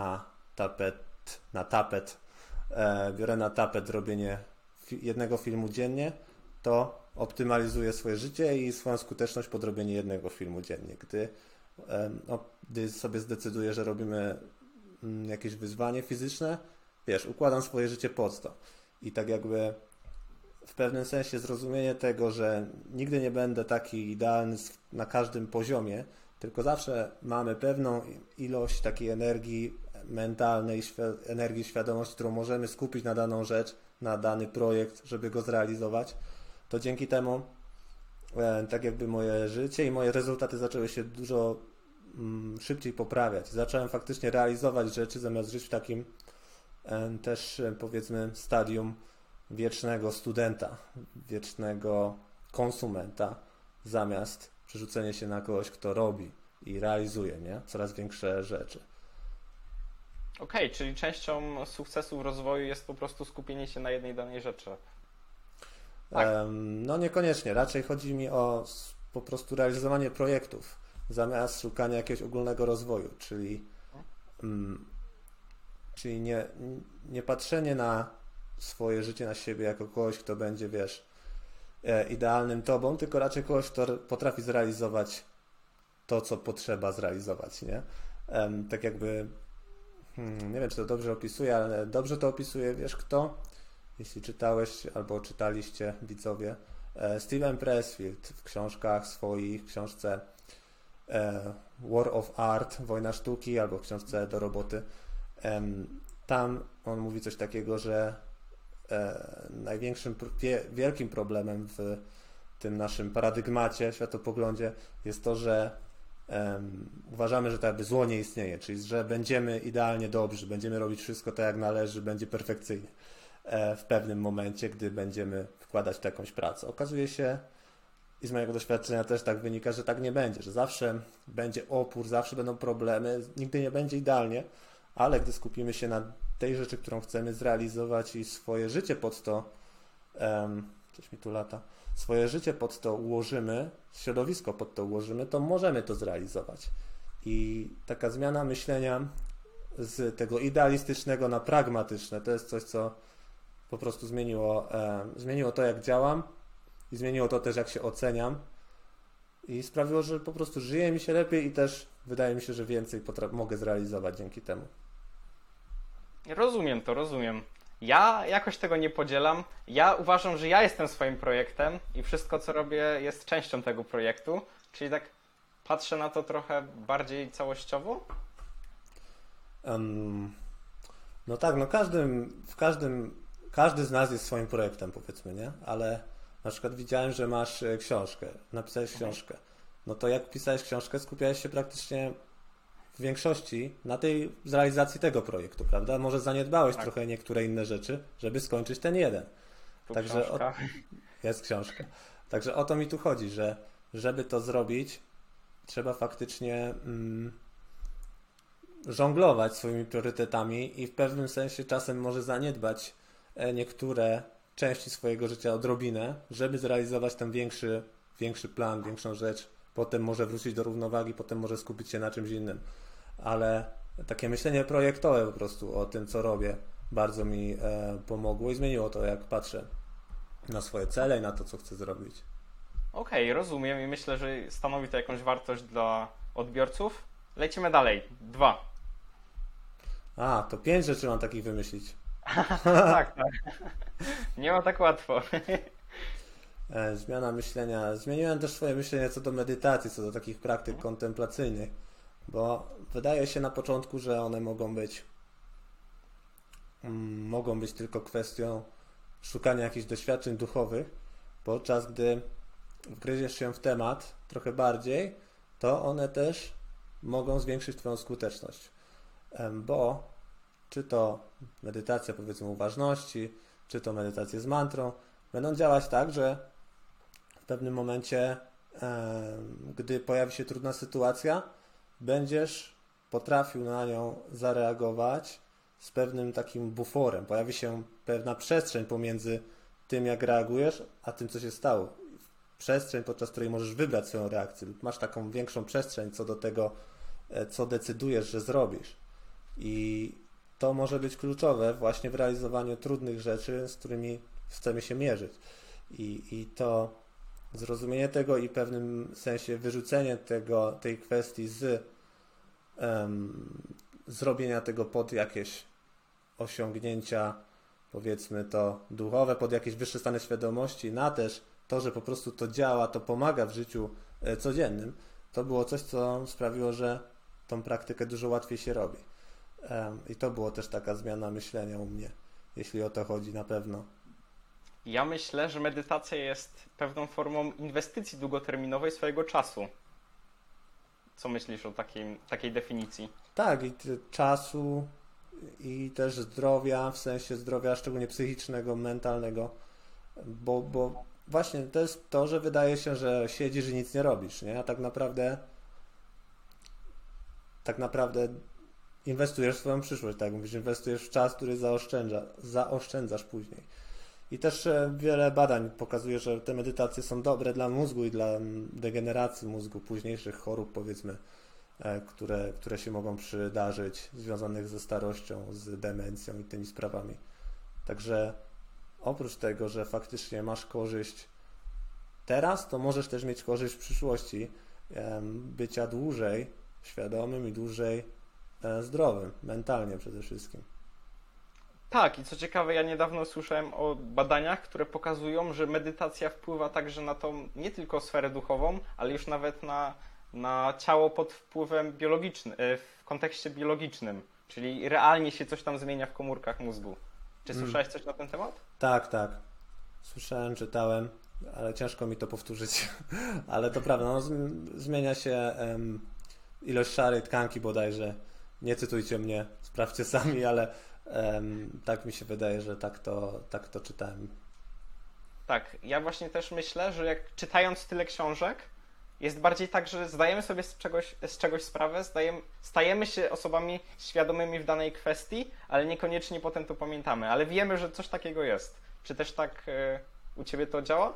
S2: biorę na tapet robienie jednego filmu dziennie, to optymalizuję swoje życie i swoją skuteczność pod robienie jednego filmu dziennie. Gdy sobie zdecyduję, że robimy jakieś wyzwanie fizyczne, wiesz, układam swoje życie pod to. I tak jakby w pewnym sensie zrozumienie tego, że nigdy nie będę taki idealny na każdym poziomie, tylko zawsze mamy pewną ilość takiej energii mentalnej, energii świadomości, którą możemy skupić na daną rzecz, na dany projekt, żeby go zrealizować, to dzięki temu tak jakby moje życie i moje rezultaty zaczęły się dużo szybciej poprawiać. Zacząłem faktycznie realizować rzeczy, zamiast żyć w takim też powiedzmy stadium wiecznego studenta, wiecznego konsumenta, zamiast przerzucenie się na kogoś, kto robi i realizuje, nie? Coraz większe rzeczy.
S1: Okej, czyli częścią sukcesu w rozwoju jest po prostu skupienie się na jednej danej rzeczy. Tak.
S2: No niekoniecznie, raczej chodzi mi o po prostu realizowanie projektów zamiast szukania jakiegoś ogólnego rozwoju, czyli nie patrzenie na swoje życie, na siebie jako kogoś, kto będzie, wiesz, idealnym tobą, tylko raczej kogoś, kto potrafi zrealizować to, co potrzeba zrealizować, nie? Tak jakby, nie wiem, czy to dobrze opisuje, ale dobrze to opisuje, wiesz kto? Jeśli czytałeś albo czytaliście, widzowie, Steven Pressfield w książkach swoich, w książce War of Art, Wojna Sztuki, albo w książce Do roboty, tam on mówi coś takiego, że największym, wielkim problemem w tym naszym paradygmacie, światopoglądzie jest to, że uważamy, że to jakby zło nie istnieje, czyli że będziemy idealnie dobrzy, będziemy robić wszystko tak jak należy, będzie perfekcyjnie w pewnym momencie, gdy będziemy wkładać w to jakąś pracę. Okazuje się, i z mojego doświadczenia też tak wynika, że tak nie będzie, że zawsze będzie opór, zawsze będą problemy, nigdy nie będzie idealnie, ale gdy skupimy się na tej rzeczy, którą chcemy zrealizować i swoje życie pod to, coś mi tu lata, swoje życie pod to ułożymy, środowisko pod to ułożymy, to możemy to zrealizować. I taka zmiana myślenia z tego idealistycznego na pragmatyczne, to jest coś, co po prostu zmieniło to, jak działam i zmieniło to też, jak się oceniam i sprawiło, że po prostu żyje mi się lepiej i też wydaje mi się, że więcej mogę zrealizować dzięki temu.
S1: Rozumiem to, rozumiem. Ja jakoś tego nie podzielam. Ja uważam, że ja jestem swoim projektem i wszystko, co robię, jest częścią tego projektu. Czyli tak patrzę na to trochę bardziej całościowo.
S2: No tak, no każdy z nas jest swoim projektem, powiedzmy, nie? Ale na przykład widziałem, że masz książkę, napisałeś książkę. No to jak pisałeś książkę, skupiałeś się praktycznie w większości na tej realizacji tego projektu, prawda? Może zaniedbałeś trochę niektóre inne rzeczy, żeby skończyć ten jeden.
S1: Tu
S2: Także
S1: książka.
S2: jest książka. Także o to mi tu chodzi, że żeby to zrobić, trzeba faktycznie żonglować swoimi priorytetami i w pewnym sensie czasem może zaniedbać niektóre części swojego życia odrobinę, żeby zrealizować ten większy plan, większą rzecz. Potem może wrócić do równowagi, potem może skupić się na czymś innym. Ale takie myślenie projektowe po prostu o tym, co robię, bardzo mi pomogło i zmieniło to, jak patrzę na swoje cele i na to, co chcę zrobić.
S1: Okej, rozumiem i myślę, że stanowi to jakąś wartość dla odbiorców. lecimy dalej. 2.
S2: A, to 5 rzeczy mam takich wymyślić.
S1: Tak, tak. Nie ma tak łatwo.
S2: Zmiana myślenia. Zmieniłem też swoje myślenie co do medytacji, co do takich praktyk kontemplacyjnych, bo wydaje się na początku, że one mogą być tylko kwestią szukania jakichś doświadczeń duchowych, podczas gdy wgryziesz się w temat trochę bardziej, to one też mogą zwiększyć Twoją skuteczność. Bo czy to medytacja, powiedzmy, uważności, czy to medytacje z mantrą, będą działać tak, że w pewnym momencie, gdy pojawi się trudna sytuacja, będziesz potrafił na nią zareagować z pewnym takim buforem. Pojawi się pewna przestrzeń pomiędzy tym, jak reagujesz, a tym, co się stało. Przestrzeń, podczas której możesz wybrać swoją reakcję, lub masz taką większą przestrzeń co do tego, co decydujesz, że zrobisz. I to może być kluczowe właśnie w realizowaniu trudnych rzeczy, z którymi chcemy się mierzyć. I to zrozumienie tego i w pewnym sensie wyrzucenie tej kwestii z zrobienia tego pod jakieś osiągnięcia, powiedzmy to duchowe, pod jakieś wyższe stany świadomości, na też to, że po prostu to działa, to pomaga w życiu codziennym, to było coś, co sprawiło, że tą praktykę dużo łatwiej się robi. I to było też taka zmiana myślenia u mnie, jeśli o to chodzi na pewno.
S1: Ja myślę, że medytacja jest pewną formą inwestycji długoterminowej swojego czasu. Co myślisz o takiej definicji?
S2: Tak, i czasu, i też zdrowia, w sensie zdrowia szczególnie psychicznego, mentalnego, bo właśnie to jest to, że wydaje się, że siedzisz i nic nie robisz, nie? A tak naprawdę inwestujesz w swoją przyszłość, tak mówisz, inwestujesz w czas, który zaoszczędzasz później. I też wiele badań pokazuje, że te medytacje są dobre dla mózgu i dla degeneracji mózgu, późniejszych chorób, powiedzmy, które się mogą przydarzyć, związanych ze starością, z demencją i tymi sprawami. Także oprócz tego, że faktycznie masz korzyść teraz, to możesz też mieć korzyść w przyszłości bycia dłużej świadomym i dłużej zdrowym, mentalnie przede wszystkim.
S1: Tak, i co ciekawe, ja niedawno słyszałem o badaniach, które pokazują, że medytacja wpływa także na tą nie tylko sferę duchową, ale już nawet na ciało pod wpływem biologicznym, w kontekście biologicznym, czyli realnie się coś tam zmienia w komórkach mózgu. Czy słyszałeś coś na ten temat?
S2: Tak, tak. Słyszałem, czytałem, ale ciężko mi to powtórzyć. Ale to prawda, no, zmienia się ilość szarej tkanki bodajże. Nie cytujcie mnie, sprawdźcie sami, ale tak mi się wydaje, że tak to czytałem.
S1: Tak, ja właśnie też myślę, że jak czytając tyle książek, jest bardziej tak, że zdajemy sobie z czegoś sprawę, stajemy się osobami świadomymi w danej kwestii, ale niekoniecznie potem to pamiętamy, ale wiemy, że coś takiego jest. Czy też tak u Ciebie to działa?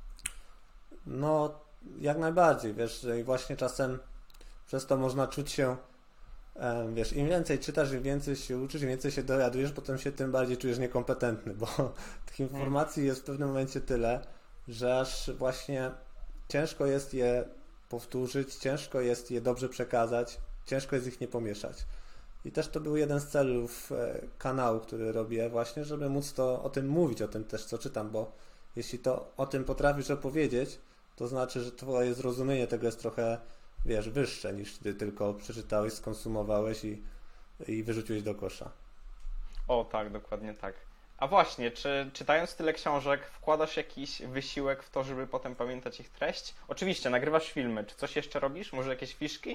S2: No, jak najbardziej, wiesz, i właśnie czasem przez to można czuć się, wiesz, im więcej czytasz, im więcej się uczysz, im więcej się dowiadujesz, potem się tym bardziej czujesz niekompetentny, bo tych informacji jest w pewnym momencie tyle, że aż właśnie ciężko jest je powtórzyć, ciężko jest je dobrze przekazać, ciężko jest ich nie pomieszać. I też to był jeden z celów kanału, który robię właśnie, żeby móc o tym mówić, o tym też, co czytam, bo jeśli to o tym potrafisz opowiedzieć, to znaczy, że twoje zrozumienie tego jest trochę, wiesz, wyższe niż ty tylko przeczytałeś, skonsumowałeś i wyrzuciłeś do kosza.
S1: O, tak, dokładnie tak. A właśnie, czy czytając tyle książek wkładasz jakiś wysiłek w to, żeby potem pamiętać ich treść? Oczywiście, nagrywasz filmy. Czy coś jeszcze robisz? Może jakieś fiszki?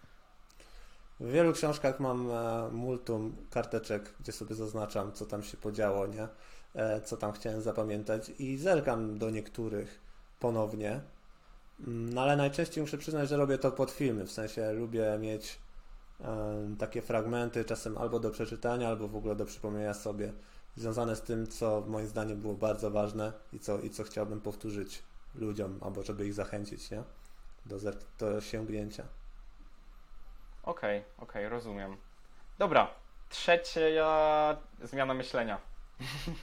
S2: W wielu książkach mam multum karteczek, gdzie sobie zaznaczam, co tam się podziało, nie? Co tam chciałem zapamiętać i zerkam do niektórych ponownie. No ale najczęściej muszę przyznać, że robię to pod filmy, w sensie lubię mieć takie fragmenty czasem albo do przeczytania, albo w ogóle do przypomnienia sobie, związane z tym, co moim zdaniem było bardzo ważne i co chciałbym powtórzyć ludziom, albo żeby ich zachęcić, nie? Do sięgnięcia.
S1: Okej, rozumiem. Dobra, trzecia zmiana myślenia.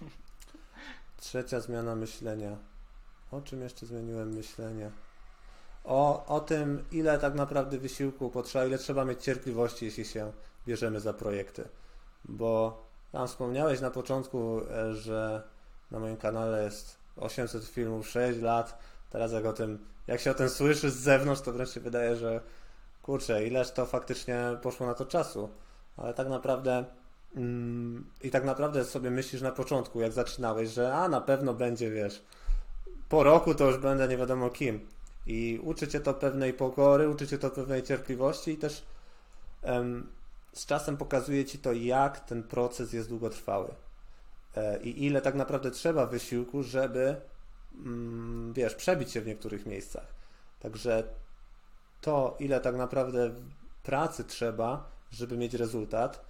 S2: Trzecia zmiana myślenia. O czym jeszcze zmieniłem myślenie? o tym, ile tak naprawdę wysiłku potrzeba, ile trzeba mieć cierpliwości, jeśli się bierzemy za projekty. Bo tam wspomniałeś na początku, że na moim kanale jest 800 filmów, 6 lat. Teraz jak się o tym słyszy z zewnątrz, to wręcz się wydaje, że kurczę, ileż to faktycznie poszło na to czasu. Ale tak naprawdę i tak naprawdę sobie myślisz na początku, jak zaczynałeś, że na pewno będzie, wiesz, po roku to już będę nie wiadomo kim. I uczy cię to pewnej pokory, uczy cię to pewnej cierpliwości i też z czasem pokazuje ci to, jak ten proces jest długotrwały. I ile tak naprawdę trzeba wysiłku, żeby wiesz, przebić się w niektórych miejscach. Także to, ile tak naprawdę pracy trzeba, żeby mieć rezultat,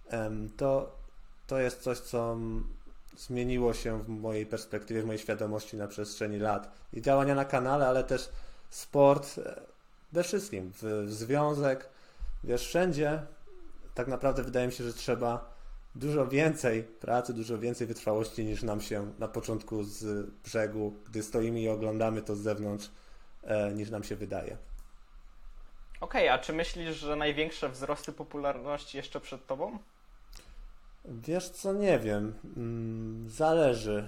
S2: to jest coś, co zmieniło się w mojej perspektywie, w mojej świadomości na przestrzeni lat. I działania na kanale, ale też sport, we wszystkim, w związek, wiesz, wszędzie tak naprawdę wydaje mi się, że trzeba dużo więcej pracy, dużo więcej wytrwałości niż nam się na początku z brzegu, gdy stoimy i oglądamy to z zewnątrz, niż nam się wydaje.
S1: Okej, a czy myślisz, że największe wzrosty popularności jeszcze przed tobą?
S2: Wiesz co, nie wiem. Zależy,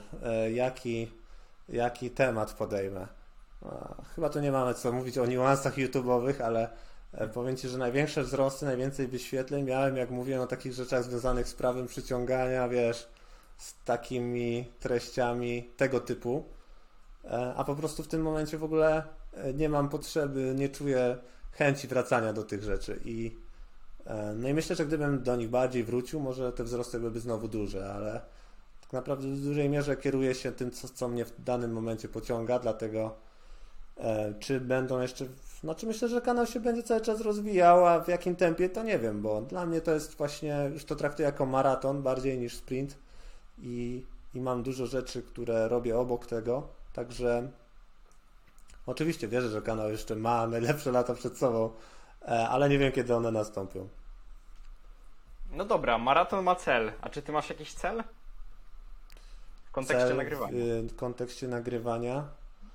S2: jaki temat podejmę. Chyba tu nie mamy co mówić o niuansach YouTube'owych, ale powiem Ci, że największe wzrosty, najwięcej wyświetleń miałem, jak mówiłem, o takich rzeczach związanych z prawem przyciągania, wiesz, z takimi treściami tego typu. A po prostu w tym momencie w ogóle nie mam potrzeby, nie czuję chęci wracania do tych rzeczy. No i myślę, że gdybym do nich bardziej wrócił, może te wzrosty byłyby znowu duże, ale tak naprawdę w dużej mierze kieruję się tym, co mnie w danym momencie pociąga, dlatego czy będą jeszcze, znaczy myślę, że kanał się będzie cały czas rozwijał, a w jakim tempie to nie wiem, bo dla mnie to jest właśnie, już to traktuję jako maraton bardziej niż sprint i mam dużo rzeczy, które robię obok tego, także oczywiście wierzę, że kanał jeszcze ma najlepsze lata przed sobą, ale nie wiem, kiedy one nastąpią.
S1: No dobra, maraton ma cel. A czy ty masz jakiś cel? W kontekście
S2: Cel
S1: nagrywania.
S2: w kontekście nagrywania.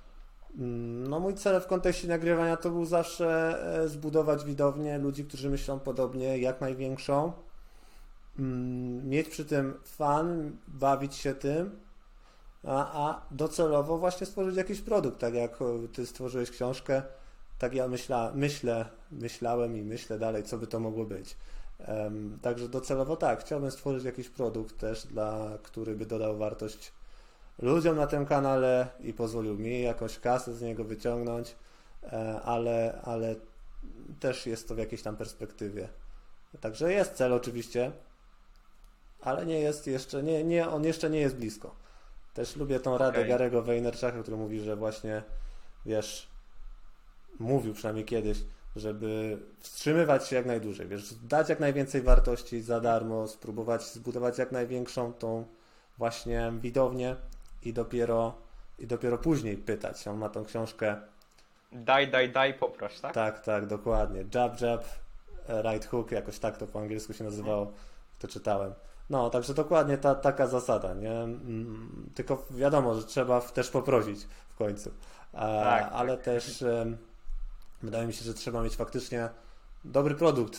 S2: No mój cel w kontekście nagrywania to był zawsze zbudować widownię ludzi, którzy myślą podobnie, jak największą. Mieć przy tym fan, bawić się tym, a docelowo właśnie stworzyć jakiś produkt, tak jak ty stworzyłeś książkę, tak ja myślałem i myślę dalej, co by to mogło być. Także docelowo tak, chciałbym stworzyć jakiś produkt też, który by dodał wartość ludziom na tym kanale i pozwolił mi jakąś kasę z niego wyciągnąć, ale też jest to w jakiejś tam perspektywie. Także jest cel oczywiście, ale nie jest jeszcze, on jeszcze nie jest blisko. Też lubię tą radę
S1: Okej.
S2: Garego Vaynerchuka, który mówi, że właśnie, wiesz, mówił przynajmniej kiedyś, żeby wstrzymywać się jak najdłużej, wiesz, dać jak najwięcej wartości za darmo, spróbować zbudować jak największą tą właśnie widownię i dopiero później pytać. On ma tą książkę,
S1: Daj, poproś, tak?
S2: tak, dokładnie. Jab, jab, right hook, jakoś tak to po angielsku się nazywało, to czytałem. No, także dokładnie taka zasada, nie? Tylko wiadomo, że trzeba też poprosić w końcu. Ale
S1: Tak.
S2: też wydaje mi się, że trzeba mieć faktycznie dobry produkt,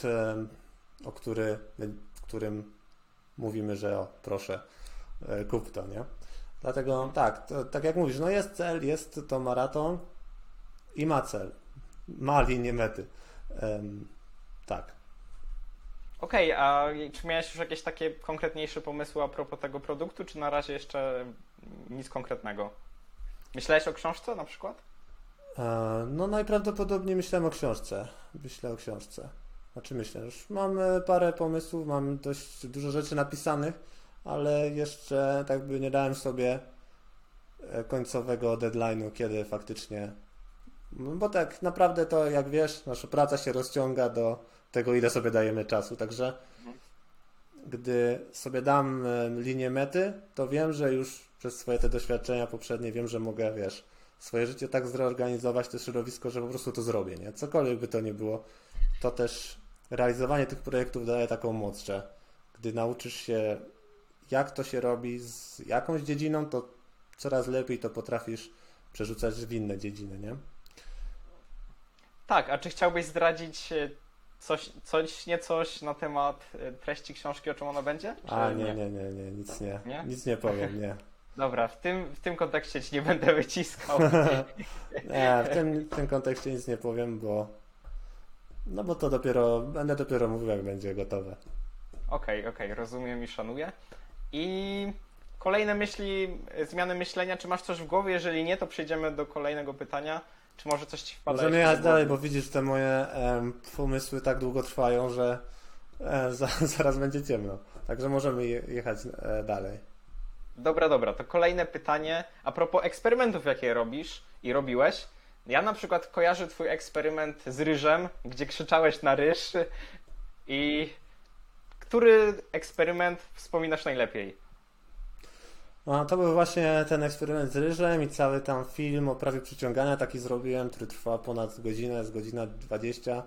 S2: w którym mówimy, że proszę, kup to, nie? Dlatego tak jak mówisz, no jest cel, jest to maraton i ma cel, ma linię mety. Tak.
S1: Okej, a czy miałeś już jakieś takie konkretniejsze pomysły a propos tego produktu, czy na razie jeszcze nic konkretnego? Myślałeś o książce na przykład?
S2: No najprawdopodobniej myślałem o książce. Myślę o książce. Już mam parę pomysłów, mam dość dużo rzeczy napisanych, ale jeszcze tak by nie dałem sobie końcowego deadline'u, kiedy faktycznie. Bo tak naprawdę to, jak wiesz, nasza praca się rozciąga do tego, ile sobie dajemy czasu. Także gdy sobie dam linię mety, to wiem, że już przez swoje te doświadczenia poprzednie wiem, że mogę, wiesz, swoje życie tak zreorganizować, to środowisko, że po prostu to zrobię, nie? Cokolwiek by to nie było, to też realizowanie tych projektów daje taką moc, że gdy nauczysz się, jak to się robi z jakąś dziedziną, to coraz lepiej to potrafisz przerzucać w inne dziedziny, nie?
S1: Tak, a czy chciałbyś zdradzić coś na temat treści książki, o czym ona będzie?
S2: A,
S1: Czy
S2: nie, nic nie.
S1: Nie?
S2: Nic nie powiem, nie.
S1: Dobra, w tym kontekście ci nie będę wyciskał.
S2: Nie, w tym kontekście nic nie powiem, bo to będę dopiero mówił, jak będzie gotowe.
S1: Okej, rozumiem i szanuję. I kolejne zmiany myślenia, czy masz coś w głowie? Jeżeli nie, to przejdziemy do kolejnego pytania. Czy może coś ci wpada
S2: Możemy
S1: jeszcze
S2: jechać
S1: do głowy?
S2: dalej, bo widzisz, te moje pomysły tak długo trwają, że zaraz będzie ciemno. Także możemy jechać dalej.
S1: Dobra, to kolejne pytanie. A propos eksperymentów, jakie robisz i robiłeś. Ja na przykład kojarzę twój eksperyment z ryżem, gdzie krzyczałeś na ryż. I który eksperyment wspominasz najlepiej?
S2: No, to był właśnie ten eksperyment z ryżem i cały tam film o prawie przyciągania taki zrobiłem, który trwa ponad godzinę, jest godzina 20.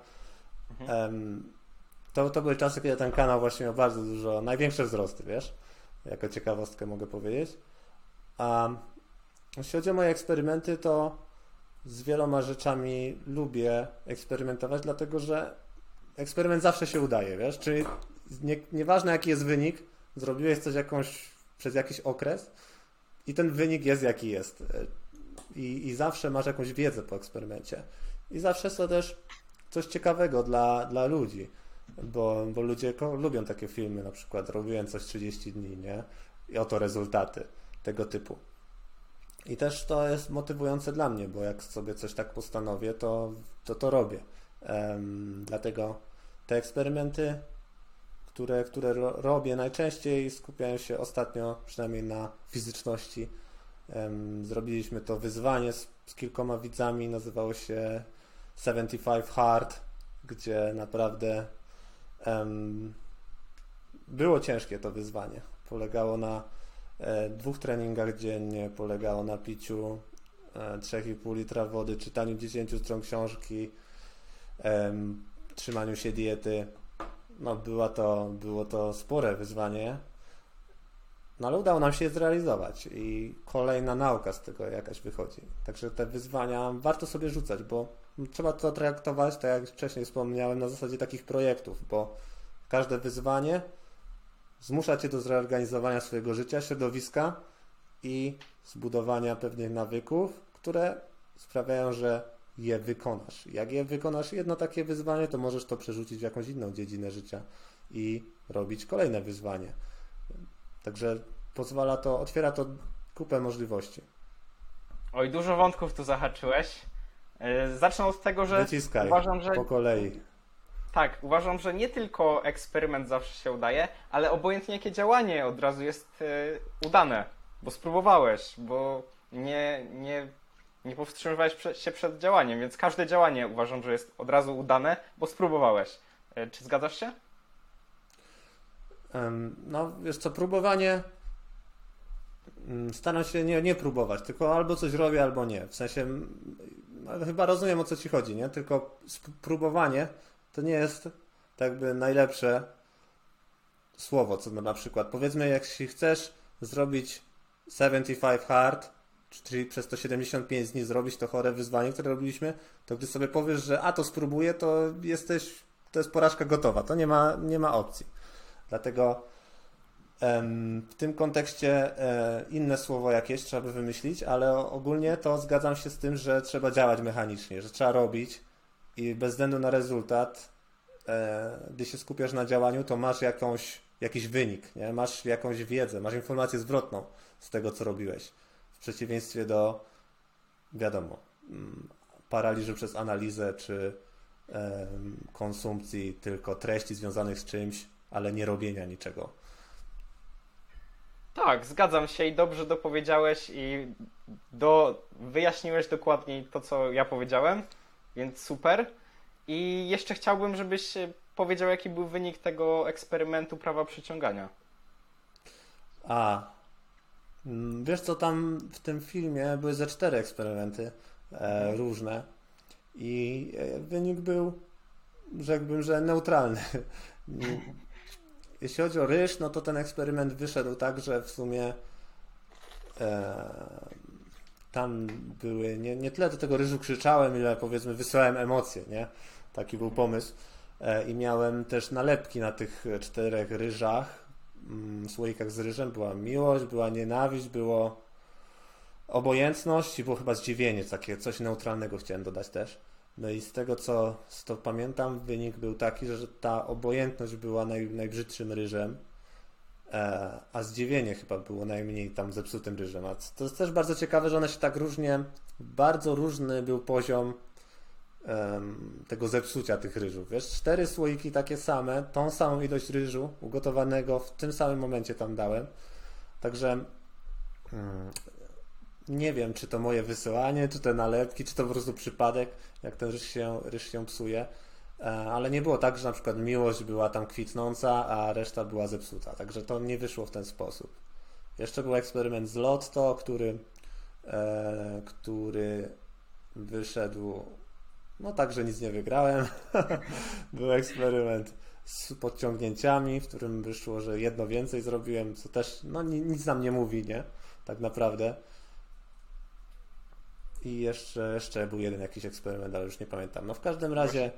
S2: To były czasy, kiedy ten kanał właśnie miał bardzo dużo, największe wzrosty, wiesz? Jako ciekawostkę mogę powiedzieć. A jeśli chodzi o moje eksperymenty, to z wieloma rzeczami lubię eksperymentować, dlatego że eksperyment zawsze się udaje, wiesz? Czyli nieważne jaki jest wynik, zrobiłeś coś przez jakiś okres i ten wynik jest jaki jest. I zawsze masz jakąś wiedzę po eksperymencie. I zawsze jest to też coś ciekawego dla ludzi, bo ludzie lubią takie filmy, na przykład robiłem coś 30 dni, nie? I oto rezultaty tego typu. I też to jest motywujące dla mnie, bo jak sobie coś tak postanowię, to robię. Dlatego te eksperymenty, które robię najczęściej, skupiają się ostatnio przynajmniej na fizyczności. Zrobiliśmy to wyzwanie z kilkoma widzami, nazywało się 75 Hard, gdzie naprawdę było ciężkie to wyzwanie. Polegało na 2 treningach dziennie, polegało na piciu 3,5 litra wody, czytaniu 10 stron książki, trzymaniu się diety. No, było to spore wyzwanie, no ale udało nam się je zrealizować i kolejna nauka z tego jakaś wychodzi. Także te wyzwania warto sobie rzucać, bo trzeba to traktować, tak jak wcześniej wspomniałem, na zasadzie takich projektów, bo każde wyzwanie zmusza cię do zreorganizowania swojego życia, środowiska i zbudowania pewnych nawyków, które sprawiają, że je wykonasz. Jak je wykonasz jedno takie wyzwanie, to możesz to przerzucić w jakąś inną dziedzinę życia i robić kolejne wyzwanie. Także otwiera to kupę możliwości.
S1: Oj, dużo wątków tu zahaczyłeś. Zacznę od tego, że
S2: Wyciskaj
S1: uważam, że
S2: po kolei.
S1: tak, uważam, że nie tylko eksperyment zawsze się udaje, ale obojętnie jakie działanie od razu jest udane, bo spróbowałeś, bo nie powstrzymywałeś się przed działaniem, więc każde działanie uważam, że jest od razu udane, bo spróbowałeś. Czy zgadzasz się?
S2: No, wiesz co, próbowanie staram się nie próbować, tylko albo coś robię, albo nie. W sensie, chyba rozumiem, o co ci chodzi, nie? Tylko próbowanie to nie jest tak jakby najlepsze słowo, co na przykład. Powiedzmy, jak chcesz zrobić 75 hard, czyli przez to 75 dni zrobić to chore wyzwanie, które robiliśmy, to gdy sobie powiesz, że to spróbuję, to jest porażka gotowa. To nie ma opcji. Dlatego w tym kontekście inne słowo jakieś trzeba by wymyślić, ale ogólnie to zgadzam się z tym, że trzeba działać mechanicznie, że trzeba robić i bez względu na rezultat, gdy się skupiasz na działaniu, to masz jakiś wynik, nie? Masz jakąś wiedzę, masz informację zwrotną z tego, co robiłeś. W przeciwieństwie do, wiadomo, paraliżu przez analizę czy konsumpcji tylko treści związanych z czymś, ale nie robienia niczego.
S1: Tak, zgadzam się i dobrze dopowiedziałeś i wyjaśniłeś dokładniej to, co ja powiedziałem, więc super. I jeszcze chciałbym, żebyś powiedział, jaki był wynik tego eksperymentu prawa przyciągania.
S2: Wiesz co, tam w tym filmie były ze 4 eksperymenty różne i wynik był, rzekłbym, że neutralny. Jeśli chodzi o ryż, no to ten eksperyment wyszedł tak, że w sumie tam były, nie tyle do tego ryżu krzyczałem, ile powiedzmy wysyłałem emocje, nie? Taki był pomysł. I miałem też nalepki na tych 4 ryżach, słoikach z ryżem. Była miłość, była nienawiść, było obojętność i było chyba zdziwienie, takie coś neutralnego chciałem dodać też. No i z tego co pamiętam, wynik był taki, że ta obojętność była najbrzydszym ryżem, a zdziwienie chyba było najmniej tam zepsutym ryżem. A to jest też bardzo ciekawe, że one się tak różnie, bardzo różny był poziom tego zepsucia tych ryżów. Wiesz, 4 słoiki takie same, tą samą ilość ryżu ugotowanego w tym samym momencie tam dałem. Także nie wiem, czy to moje wysyłanie, czy te nalepki, czy to po prostu przypadek, jak ten ryż się psuje. Ale nie było tak, że na przykład miłość była tam kwitnąca, a reszta była zepsuta. Także to nie wyszło w ten sposób. Jeszcze był eksperyment z Lotto, który wyszedł, no tak, że nic nie wygrałem. Był eksperyment z podciągnięciami, w którym wyszło, że jedno więcej zrobiłem, co też no, nic nam nie mówi, nie? Tak naprawdę. I jeszcze był jeden jakiś eksperyment, ale już nie pamiętam. No w każdym razie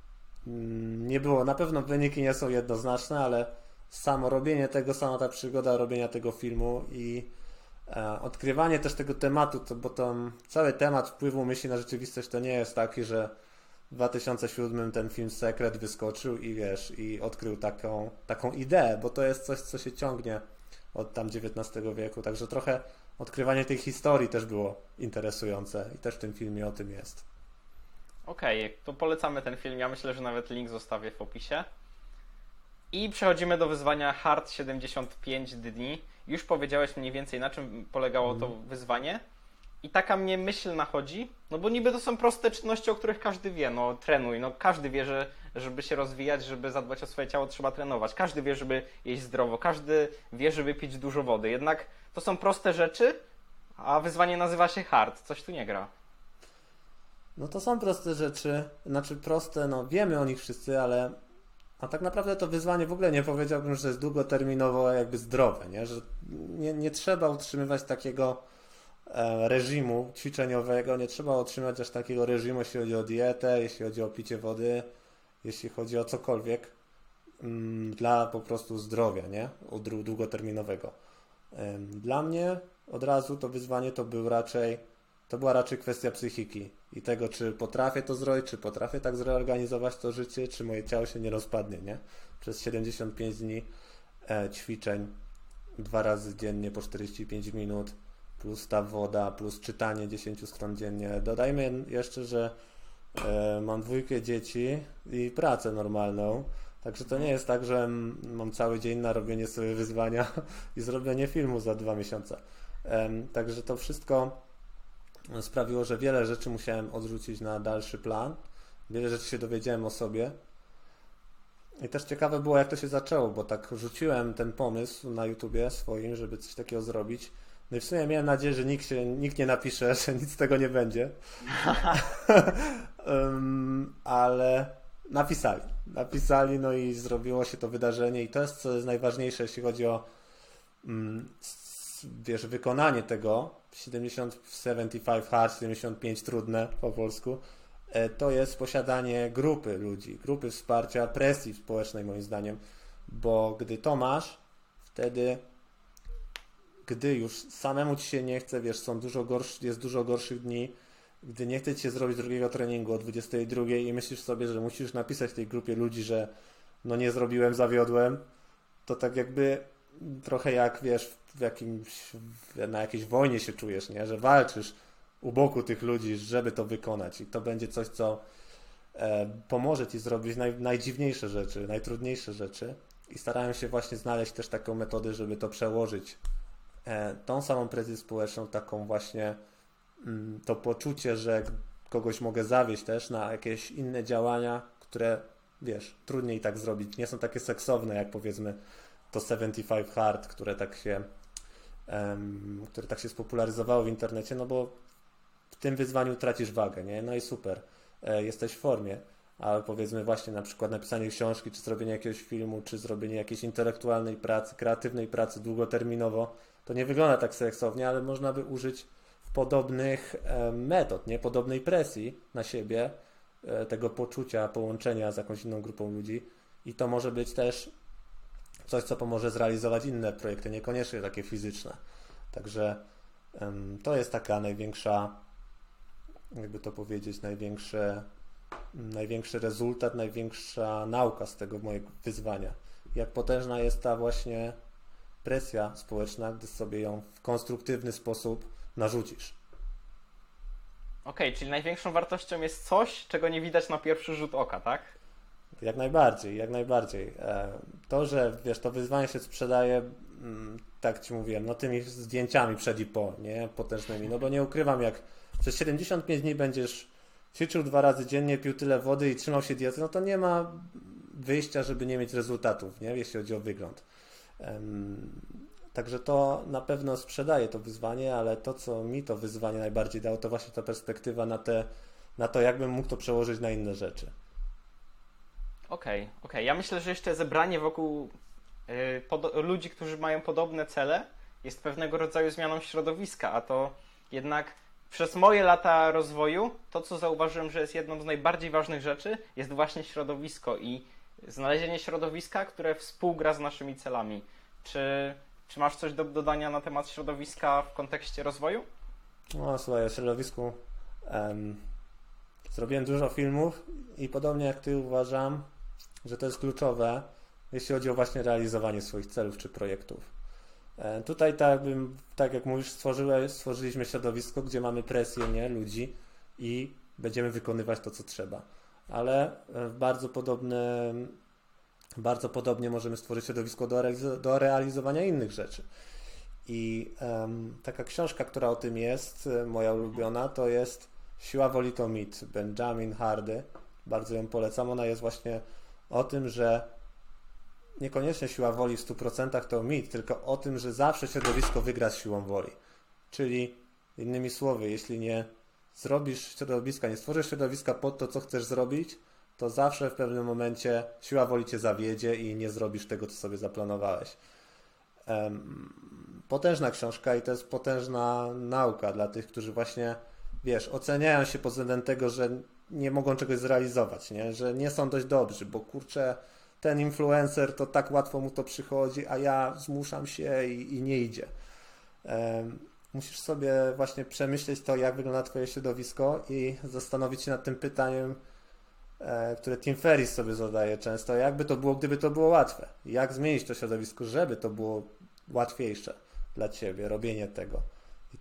S2: nie było, na pewno wyniki nie są jednoznaczne, ale samo robienie tego, sama ta przygoda robienia tego filmu i odkrywanie też tego tematu, bo tam cały temat wpływu myśli na rzeczywistość to nie jest taki, że w 2007 ten film Sekret wyskoczył i wiesz, i odkrył taką ideę, bo to jest coś, co się ciągnie od tam XIX wieku, także trochę odkrywanie tej historii też było interesujące i też w tym filmie o tym jest.
S1: Okej, to polecamy ten film. Ja myślę, że nawet link zostawię w opisie. I przechodzimy do wyzwania Hard 75 dni. Już powiedziałeś mniej więcej, na czym polegało to wyzwanie. I taka mnie myśl nachodzi, no bo niby to są proste czynności, o których każdy wie. No trenuj, no każdy wie, że żeby się rozwijać, żeby zadbać o swoje ciało, trzeba trenować. Każdy wie, żeby jeść zdrowo. Każdy wie, żeby pić dużo wody. Jednak to są proste rzeczy, a wyzwanie nazywa się Hard. Coś tu nie gra.
S2: No to są proste rzeczy, znaczy proste, no wiemy o nich wszyscy, ale a tak naprawdę to wyzwanie w ogóle nie powiedziałbym, że jest długoterminowo jakby zdrowe, nie? Że nie trzeba utrzymywać takiego reżimu ćwiczeniowego, nie trzeba utrzymywać aż takiego reżimu, jeśli chodzi o dietę, jeśli chodzi o picie wody, jeśli chodzi o cokolwiek dla po prostu zdrowia, nie? Długoterminowego. Dla mnie od razu to wyzwanie to była raczej kwestia psychiki i tego, czy potrafię to zrobić, czy potrafię tak zreorganizować to życie, czy moje ciało się nie rozpadnie, nie? Przez 75 dni ćwiczeń 2 razy dziennie po 45 minut, plus ta woda, plus czytanie 10 stron dziennie. Dodajmy jeszcze, że mam 2 dzieci i pracę normalną, także to nie jest tak, że mam cały dzień na robienie sobie wyzwania i zrobienie filmu za 2 miesiące. Także to wszystko sprawiło, że wiele rzeczy musiałem odrzucić na dalszy plan. Wiele rzeczy się dowiedziałem o sobie. I też ciekawe było, jak to się zaczęło, bo tak rzuciłem ten pomysł na YouTubie swoim, żeby coś takiego zrobić. No i w sumie miałem nadzieję, że nikt nie napisze, że nic z tego nie będzie. Ale napisali, no i zrobiło się to wydarzenie i to jest, co jest najważniejsze, jeśli chodzi o wiesz, wykonanie tego 75 hard, 75 trudne po polsku, to jest posiadanie grupy ludzi, grupy wsparcia, presji społecznej moim zdaniem, bo gdy to masz, wtedy gdy już samemu ci się nie chce, wiesz, jest dużo gorszych dni, gdy nie chce ci się zrobić drugiego treningu o 22 i myślisz sobie, że musisz napisać tej grupie ludzi, że no nie zrobiłem, zawiodłem, to tak jakby trochę jak, wiesz, na jakiejś wojnie się czujesz, nie? Że walczysz u boku tych ludzi, żeby to wykonać i to będzie coś, co pomoże ci zrobić najdziwniejsze rzeczy, najtrudniejsze rzeczy i starałem się właśnie znaleźć też taką metodę, żeby to przełożyć tą samą presję społeczną, taką właśnie to poczucie, że kogoś mogę zawieść też na jakieś inne działania, które, wiesz, trudniej tak zrobić, nie są takie seksowne jak powiedzmy to 75 Hard, które tak się spopularyzowało w internecie, no bo w tym wyzwaniu tracisz wagę, nie? No i super, jesteś w formie, ale powiedzmy właśnie na przykład napisanie książki, czy zrobienie jakiegoś filmu, czy zrobienie jakiejś intelektualnej pracy, kreatywnej pracy długoterminowo, to nie wygląda tak seksownie, ale można by użyć w podobnych metod, nie? Podobnej presji na siebie, tego poczucia połączenia z jakąś inną grupą ludzi i to może być też coś, co pomoże zrealizować inne projekty, niekoniecznie takie fizyczne. Także to jest taka największa, jakby to powiedzieć, największy rezultat, największa nauka z tego mojego wyzwania. Jak potężna jest ta właśnie presja społeczna, gdy sobie ją w konstruktywny sposób narzucisz.
S1: Okej, czyli największą wartością jest coś, czego nie widać na pierwszy rzut oka, tak?
S2: Jak najbardziej, jak najbardziej. To, że wiesz, to wyzwanie się sprzedaje, tak ci mówiłem, no tymi zdjęciami przed i po, nie? Potężnymi. No bo nie ukrywam, jak przez 75 dni będziesz ćwiczył 2 razy dziennie, pił tyle wody i trzymał się diety, no to nie ma wyjścia, żeby nie mieć rezultatów, nie? Jeśli chodzi o wygląd. Także to na pewno sprzedaje to wyzwanie, ale to, co mi to wyzwanie najbardziej dało, to właśnie ta perspektywa na to, jakbym mógł to przełożyć na inne rzeczy.
S1: Okej. Ja myślę, że jeszcze zebranie wokół ludzi, którzy mają podobne cele, jest pewnego rodzaju zmianą środowiska, a to jednak przez moje lata rozwoju, to co zauważyłem, że jest jedną z najbardziej ważnych rzeczy, jest właśnie środowisko i znalezienie środowiska, które współgra z naszymi celami. Czy masz coś do dodania na temat środowiska w kontekście rozwoju?
S2: No słuchaj, o środowisku zrobiłem dużo filmów i podobnie jak ty uważam, że to jest kluczowe, jeśli chodzi o właśnie realizowanie swoich celów czy projektów. Tutaj tak jak mówisz, stworzyliśmy środowisko, gdzie mamy presję, nie, ludzi i będziemy wykonywać to, co trzeba. Ale bardzo podobnie możemy stworzyć środowisko do realizowania innych rzeczy. I taka książka, która o tym jest, moja ulubiona, to jest Siła woli to mit, Benjamin Hardy. Bardzo ją polecam. Ona jest właśnie o tym, że niekoniecznie siła woli w 100% to mit, tylko o tym, że zawsze środowisko wygra z siłą woli. Czyli innymi słowy, jeśli nie zrobisz środowiska, nie stworzysz środowiska pod to, co chcesz zrobić, to zawsze w pewnym momencie siła woli cię zawiedzie i nie zrobisz tego, co sobie zaplanowałeś. Potężna książka i to jest potężna nauka dla tych, którzy właśnie, wiesz, oceniają się pod względem tego, że nie mogą czegoś zrealizować, nie? Że nie są dość dobrzy, bo kurczę, ten influencer to tak łatwo mu to przychodzi, a ja zmuszam się i nie idzie. Musisz sobie właśnie przemyśleć to, jak wygląda twoje środowisko i zastanowić się nad tym pytaniem, które Tim Ferriss sobie zadaje często, jakby to było, gdyby to było łatwe. Jak zmienić to środowisko, żeby to było łatwiejsze dla ciebie, robienie tego. I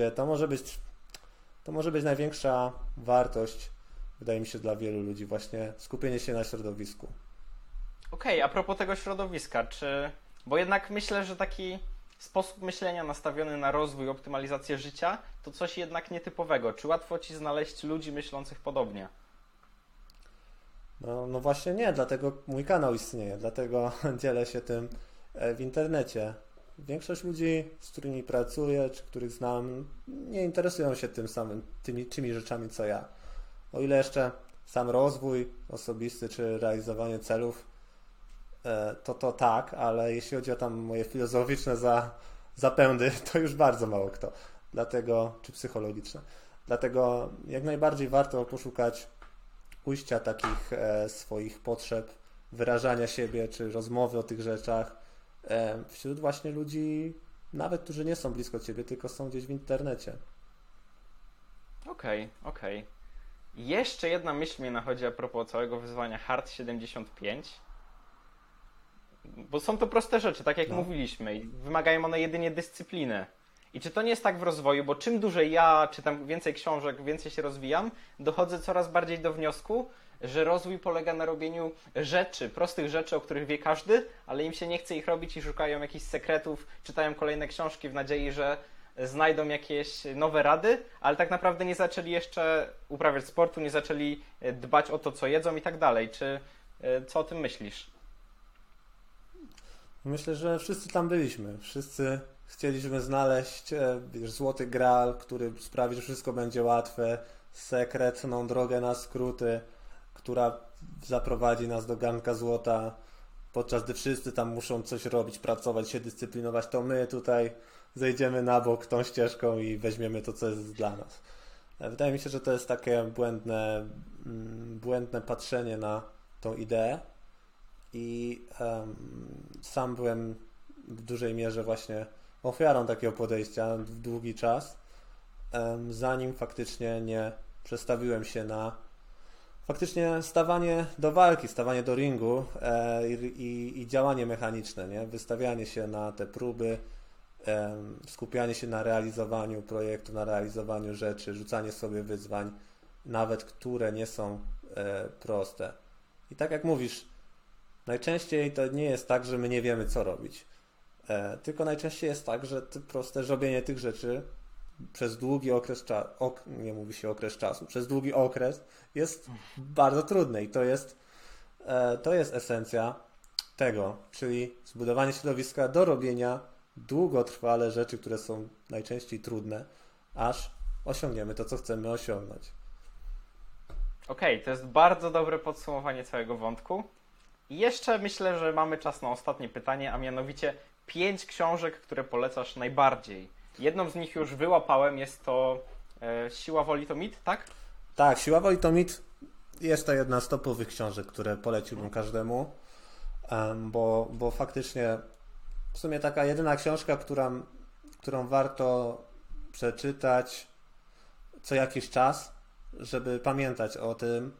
S2: to może być największa wartość, wydaje mi się, dla wielu ludzi, właśnie skupienie się na środowisku.
S1: Okej, a propos tego środowiska, bo jednak myślę, że taki sposób myślenia nastawiony na rozwój, optymalizację życia, to coś jednak nietypowego. Czy łatwo ci znaleźć ludzi myślących podobnie?
S2: No właśnie nie, dlatego mój kanał istnieje, dlatego dzielę się tym w internecie. Większość ludzi, z którymi pracuję, czy których znam, nie interesują się tymi rzeczami, co ja. O ile jeszcze sam rozwój osobisty, czy realizowanie celów, to tak, ale jeśli chodzi o tam moje filozoficzne zapędy, to już bardzo mało kto. Czy psychologiczne. Dlatego jak najbardziej warto poszukać ujścia takich swoich potrzeb, wyrażania siebie, czy rozmowy o tych rzeczach wśród właśnie ludzi, nawet którzy nie są blisko ciebie, tylko są gdzieś w internecie.
S1: Okej. Jeszcze jedna myśl mnie nachodzi a propos całego wyzwania Hard 75. Bo są to proste rzeczy, tak jak mówiliśmy, i wymagają one jedynie dyscypliny. I czy to nie jest tak w rozwoju, bo czym dłużej ja czytam więcej książek, więcej się rozwijam, dochodzę coraz bardziej do wniosku, że rozwój polega na robieniu rzeczy, prostych rzeczy, o których wie każdy, ale im się nie chce ich robić i szukają jakichś sekretów, czytają kolejne książki w nadziei, że znajdą jakieś nowe rady, ale tak naprawdę nie zaczęli jeszcze uprawiać sportu, nie zaczęli dbać o to, co jedzą i tak dalej. Co o tym myślisz?
S2: Myślę, że wszyscy tam byliśmy. Wszyscy chcieliśmy znaleźć złoty graal, który sprawi, że wszystko będzie łatwe, sekretną drogę na skróty, która zaprowadzi nas do garnka złota, podczas gdy wszyscy tam muszą coś robić, pracować, się dyscyplinować, to my tutaj zejdziemy na bok tą ścieżką i weźmiemy to, co jest dla nas. Wydaje mi się, że to jest takie błędne patrzenie na tą ideę i sam byłem w dużej mierze właśnie ofiarą takiego podejścia w długi czas, zanim faktycznie nie przestawiłem się na faktycznie stawanie do walki, stawanie do ringu i działanie mechaniczne, nie? Wystawianie się na te próby, skupianie się na realizowaniu projektu, na realizowaniu rzeczy, rzucanie sobie wyzwań, nawet które nie są proste. I tak jak mówisz, najczęściej to nie jest tak, że my nie wiemy, co robić. Tylko najczęściej jest tak, że proste robienie tych rzeczy przez długi okres czasu, nie mówi się okres czasu, przez długi okres jest bardzo trudne i to jest esencja tego, czyli zbudowanie środowiska do robienia długotrwale rzeczy, które są najczęściej trudne, aż osiągniemy to, co chcemy osiągnąć.
S1: Okej, to jest bardzo dobre podsumowanie całego wątku. I jeszcze myślę, że mamy czas na ostatnie pytanie, a mianowicie 5 książek, które polecasz najbardziej. Jedną z nich już wyłapałem, jest to Siła woli to mit, tak?
S2: Tak, Siła woli to mit jest to jedna z topowych książek, które poleciłbym każdemu, bo faktycznie w sumie taka jedyna książka, którą warto przeczytać co jakiś czas, żeby pamiętać o tym,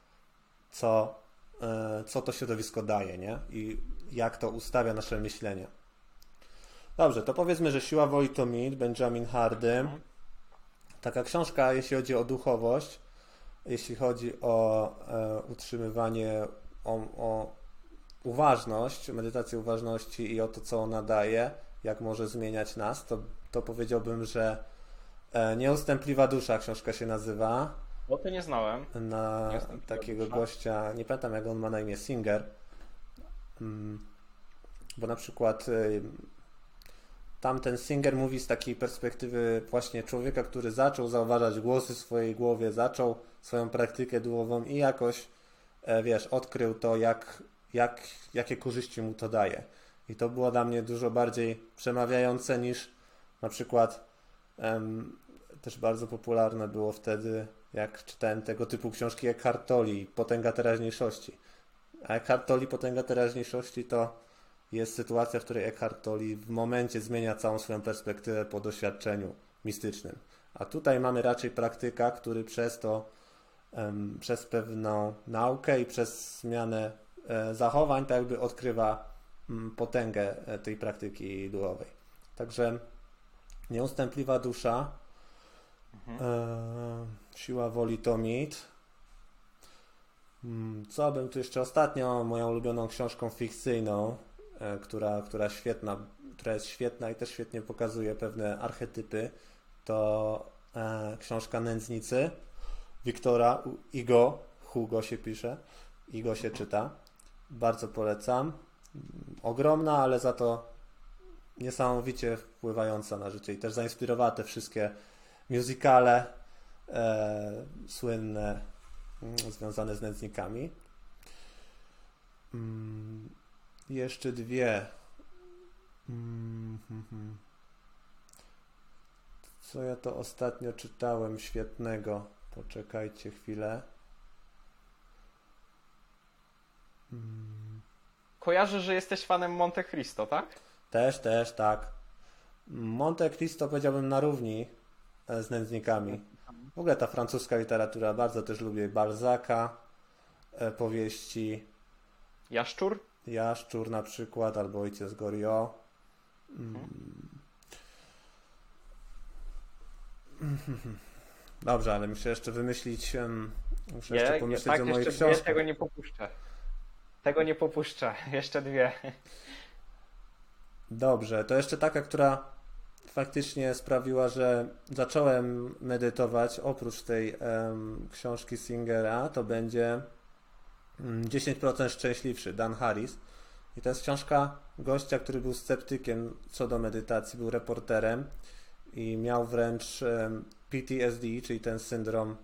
S2: co to środowisko daje, nie? I jak to ustawia nasze myślenie. Dobrze, to powiedzmy, że Siła woli to mit, Benjamin Hardy. Taka książka, jeśli chodzi o duchowość, jeśli chodzi o utrzymywanie, o uważność, medytację uważności i o to, co ona daje, jak może zmieniać nas, to powiedziałbym, że Nieustępliwa dusza książka się nazywa.
S1: Bo to nie znałem.
S2: Na takiego gościa, nie pamiętam jak on ma na imię, Singer. Bo na przykład tamten Singer mówi z takiej perspektywy właśnie człowieka, który zaczął zauważać głosy w swojej głowie, zaczął swoją praktykę duchową i jakoś, odkrył to, jakie korzyści mu to daje. I to było dla mnie dużo bardziej przemawiające niż na przykład też bardzo popularne było wtedy, jak czytałem tego typu książki Eckhart Tolle, Potęga teraźniejszości. A Eckhart Tolle, Potęga teraźniejszości to jest sytuacja, w której Eckhart Tolle w momencie zmienia całą swoją perspektywę po doświadczeniu mistycznym. A tutaj mamy raczej praktyka, który przez pewną naukę i przez zmianę zachowań tak jakby odkrywa potęgę tej praktyki duchowej. Także Nieustępliwa dusza, Siła woli to mit. Co bym tu jeszcze ostatnio, moją ulubioną książką fikcyjną, która jest świetna i też świetnie pokazuje pewne archetypy, to książka Nędznicy Wiktora Hugo się pisze, Igo się czyta. Bardzo polecam. Ogromna, ale za to niesamowicie wpływająca na życie i też zainspirowała te wszystkie musicale słynne związane z nędznikami. Jeszcze dwie. Co ja to ostatnio czytałem świetnego? Poczekajcie chwilę.
S1: Kojarzę, że jesteś fanem Monte Cristo, tak?
S2: Też, tak. Monte Cristo powiedziałbym na równi z nędznikami. W ogóle ta francuska literatura, bardzo też lubię Balzaca, powieści
S1: Jaszczur?
S2: Jaszczur na przykład, albo Ojciec Goriot. Dobrze, ale muszę jeszcze wymyślić, jeszcze pomyśleć o moich
S1: jeszcze
S2: książkach.
S1: tego nie popuszczę. Tego nie popuszczę. Jeszcze dwie.
S2: Dobrze, to jeszcze taka, która faktycznie sprawiła, że zacząłem medytować oprócz tej książki Singera, to będzie 10% szczęśliwszy, Dan Harris. I to jest książka gościa, który był sceptykiem co do medytacji, był reporterem i miał wręcz PTSD, czyli ten syndrom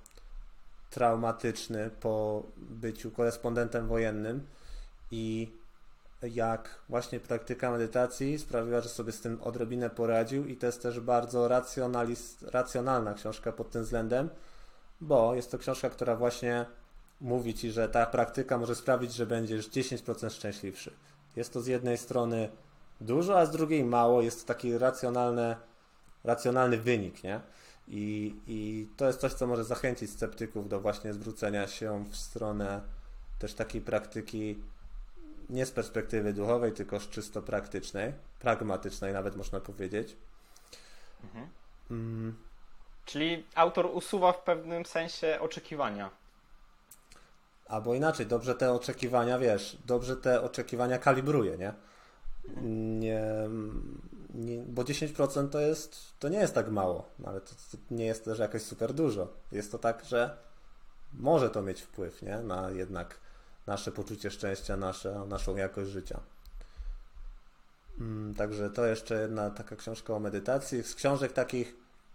S2: traumatyczny po byciu korespondentem wojennym i jak właśnie praktyka medytacji sprawiła, że sobie z tym odrobinę poradził i to jest też bardzo racjonalna książka pod tym względem, bo jest to książka, która właśnie mówi Ci, że ta praktyka może sprawić, że będziesz 10% szczęśliwszy. Jest to z jednej strony dużo, a z drugiej mało. Jest to taki racjonalny wynik, nie? I to jest coś, co może zachęcić sceptyków do właśnie zwrócenia się w stronę też takiej praktyki nie z perspektywy duchowej, tylko z czysto praktycznej, pragmatycznej nawet można powiedzieć.
S1: Czyli autor usuwa w pewnym sensie oczekiwania.
S2: Albo inaczej, dobrze te oczekiwania kalibruje, nie? Bo 10% to nie jest tak mało, ale to nie jest też jakoś super dużo. Jest to tak, że może to mieć wpływ, nie? Na jednak nasze poczucie szczęścia, naszą jakość życia. Także to jeszcze jedna taka książka o medytacji. Z książek takich,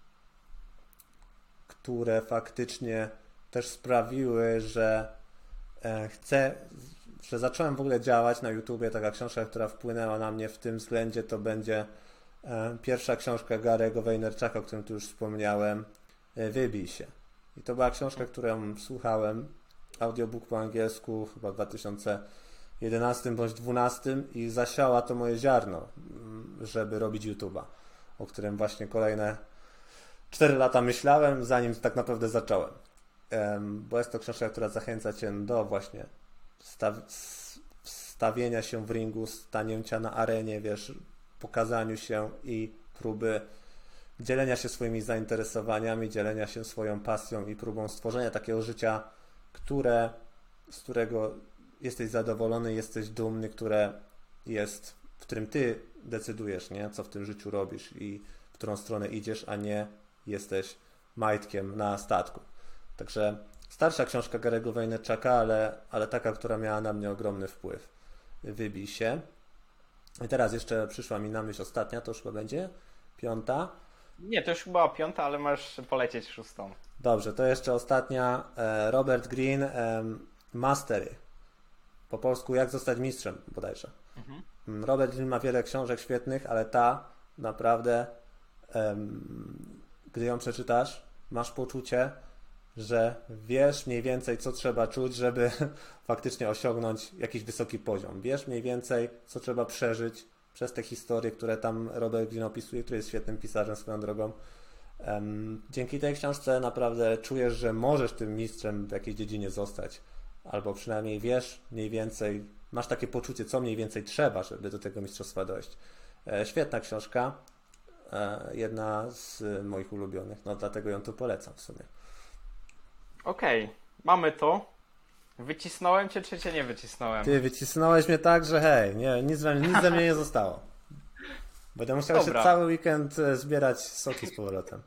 S2: które faktycznie też sprawiły, że zacząłem w ogóle działać na YouTubie. Taka książka, która wpłynęła na mnie w tym względzie, to będzie pierwsza książka Gary'ego Vaynerchuka, o którym tu już wspomniałem, Wybij się. I to była książka, którą słuchałem, audiobook po angielsku chyba w 2011 bądź 2012 i zasiała to moje ziarno, żeby robić YouTube'a, o którym właśnie kolejne 4 lata myślałem, zanim tak naprawdę zacząłem. Bo jest to książka, która zachęca Cię do właśnie stawienia się w ringu, stanięcia na arenie, pokazaniu się i próby dzielenia się swoimi zainteresowaniami, dzielenia się swoją pasją i próbą stworzenia takiego życia, z którego jesteś zadowolony, jesteś dumny, w którym Ty decydujesz, nie? Co w tym życiu robisz i w którą stronę idziesz, a nie jesteś majtkiem na statku. Także starsza książka Gary'ego Vaynerchuka, ale taka, która miała na mnie ogromny wpływ. Wybij się. I teraz jeszcze przyszła mi na myśl ostatnia, to już chyba będzie 5.
S1: Nie, to już chyba 5, ale możesz polecieć 6.
S2: Dobrze, to jeszcze ostatnia. Robert Greene, Mastery. Po polsku Jak zostać mistrzem bodajże. Robert Greene ma wiele książek świetnych, ale ta naprawdę, gdy ją przeczytasz, masz poczucie, że wiesz mniej więcej, co trzeba czuć, żeby faktycznie osiągnąć jakiś wysoki poziom. Wiesz mniej więcej, co trzeba przeżyć przez te historie, które tam Robert Greene opisuje, który jest świetnym pisarzem swoją drogą. Dzięki tej książce naprawdę czujesz, że możesz tym mistrzem w jakiejś dziedzinie zostać. Albo przynajmniej wiesz mniej więcej, masz takie poczucie, co mniej więcej trzeba, żeby do tego mistrzostwa dojść. Świetna książka. Jedna z moich ulubionych, no dlatego ją tu polecam w sumie.
S1: Okej, mamy to. Wycisnąłem Cię, czy Cię nie wycisnąłem?
S2: Ty wycisnąłeś mnie tak, że hej, nic ze mnie nie zostało. Będę musiał się
S1: Dobra.
S2: cały weekend zbierać soki z powrotem.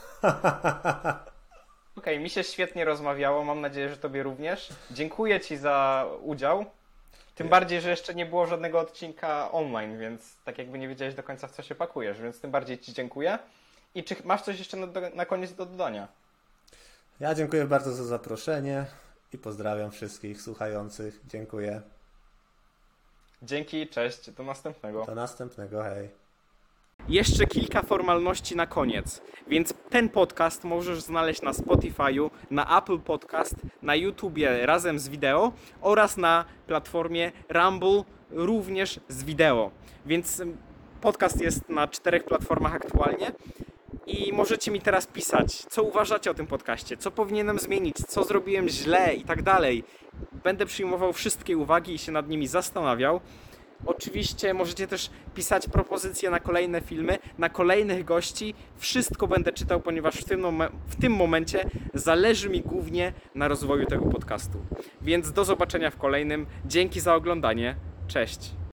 S1: Okej, mi się świetnie rozmawiało, mam nadzieję, że Tobie również. Dziękuję Ci za udział. Tym bardziej, że jeszcze nie było żadnego odcinka online, więc tak jakby nie wiedziałeś do końca, w co się pakujesz, więc tym bardziej Ci dziękuję. I czy masz coś jeszcze na koniec do dodania?
S2: Ja dziękuję bardzo za zaproszenie i pozdrawiam wszystkich słuchających. Dziękuję.
S1: Dzięki, cześć, do następnego.
S2: Do następnego, hej.
S1: Jeszcze kilka formalności na koniec, więc ten podcast możesz znaleźć na Spotify'u, na Apple Podcast, na YouTubie razem z wideo oraz na platformie Rumble również z wideo. Więc podcast jest na 4 platformach aktualnie i możecie mi teraz pisać, co uważacie o tym podcaście, co powinienem zmienić, co zrobiłem źle i tak dalej. Będę przyjmował wszystkie uwagi i się nad nimi zastanawiał. Oczywiście możecie też pisać propozycje na kolejne filmy, na kolejnych gości. Wszystko będę czytał, ponieważ w tym momencie zależy mi głównie na rozwoju tego podcastu. Więc do zobaczenia w kolejnym. Dzięki za oglądanie. Cześć.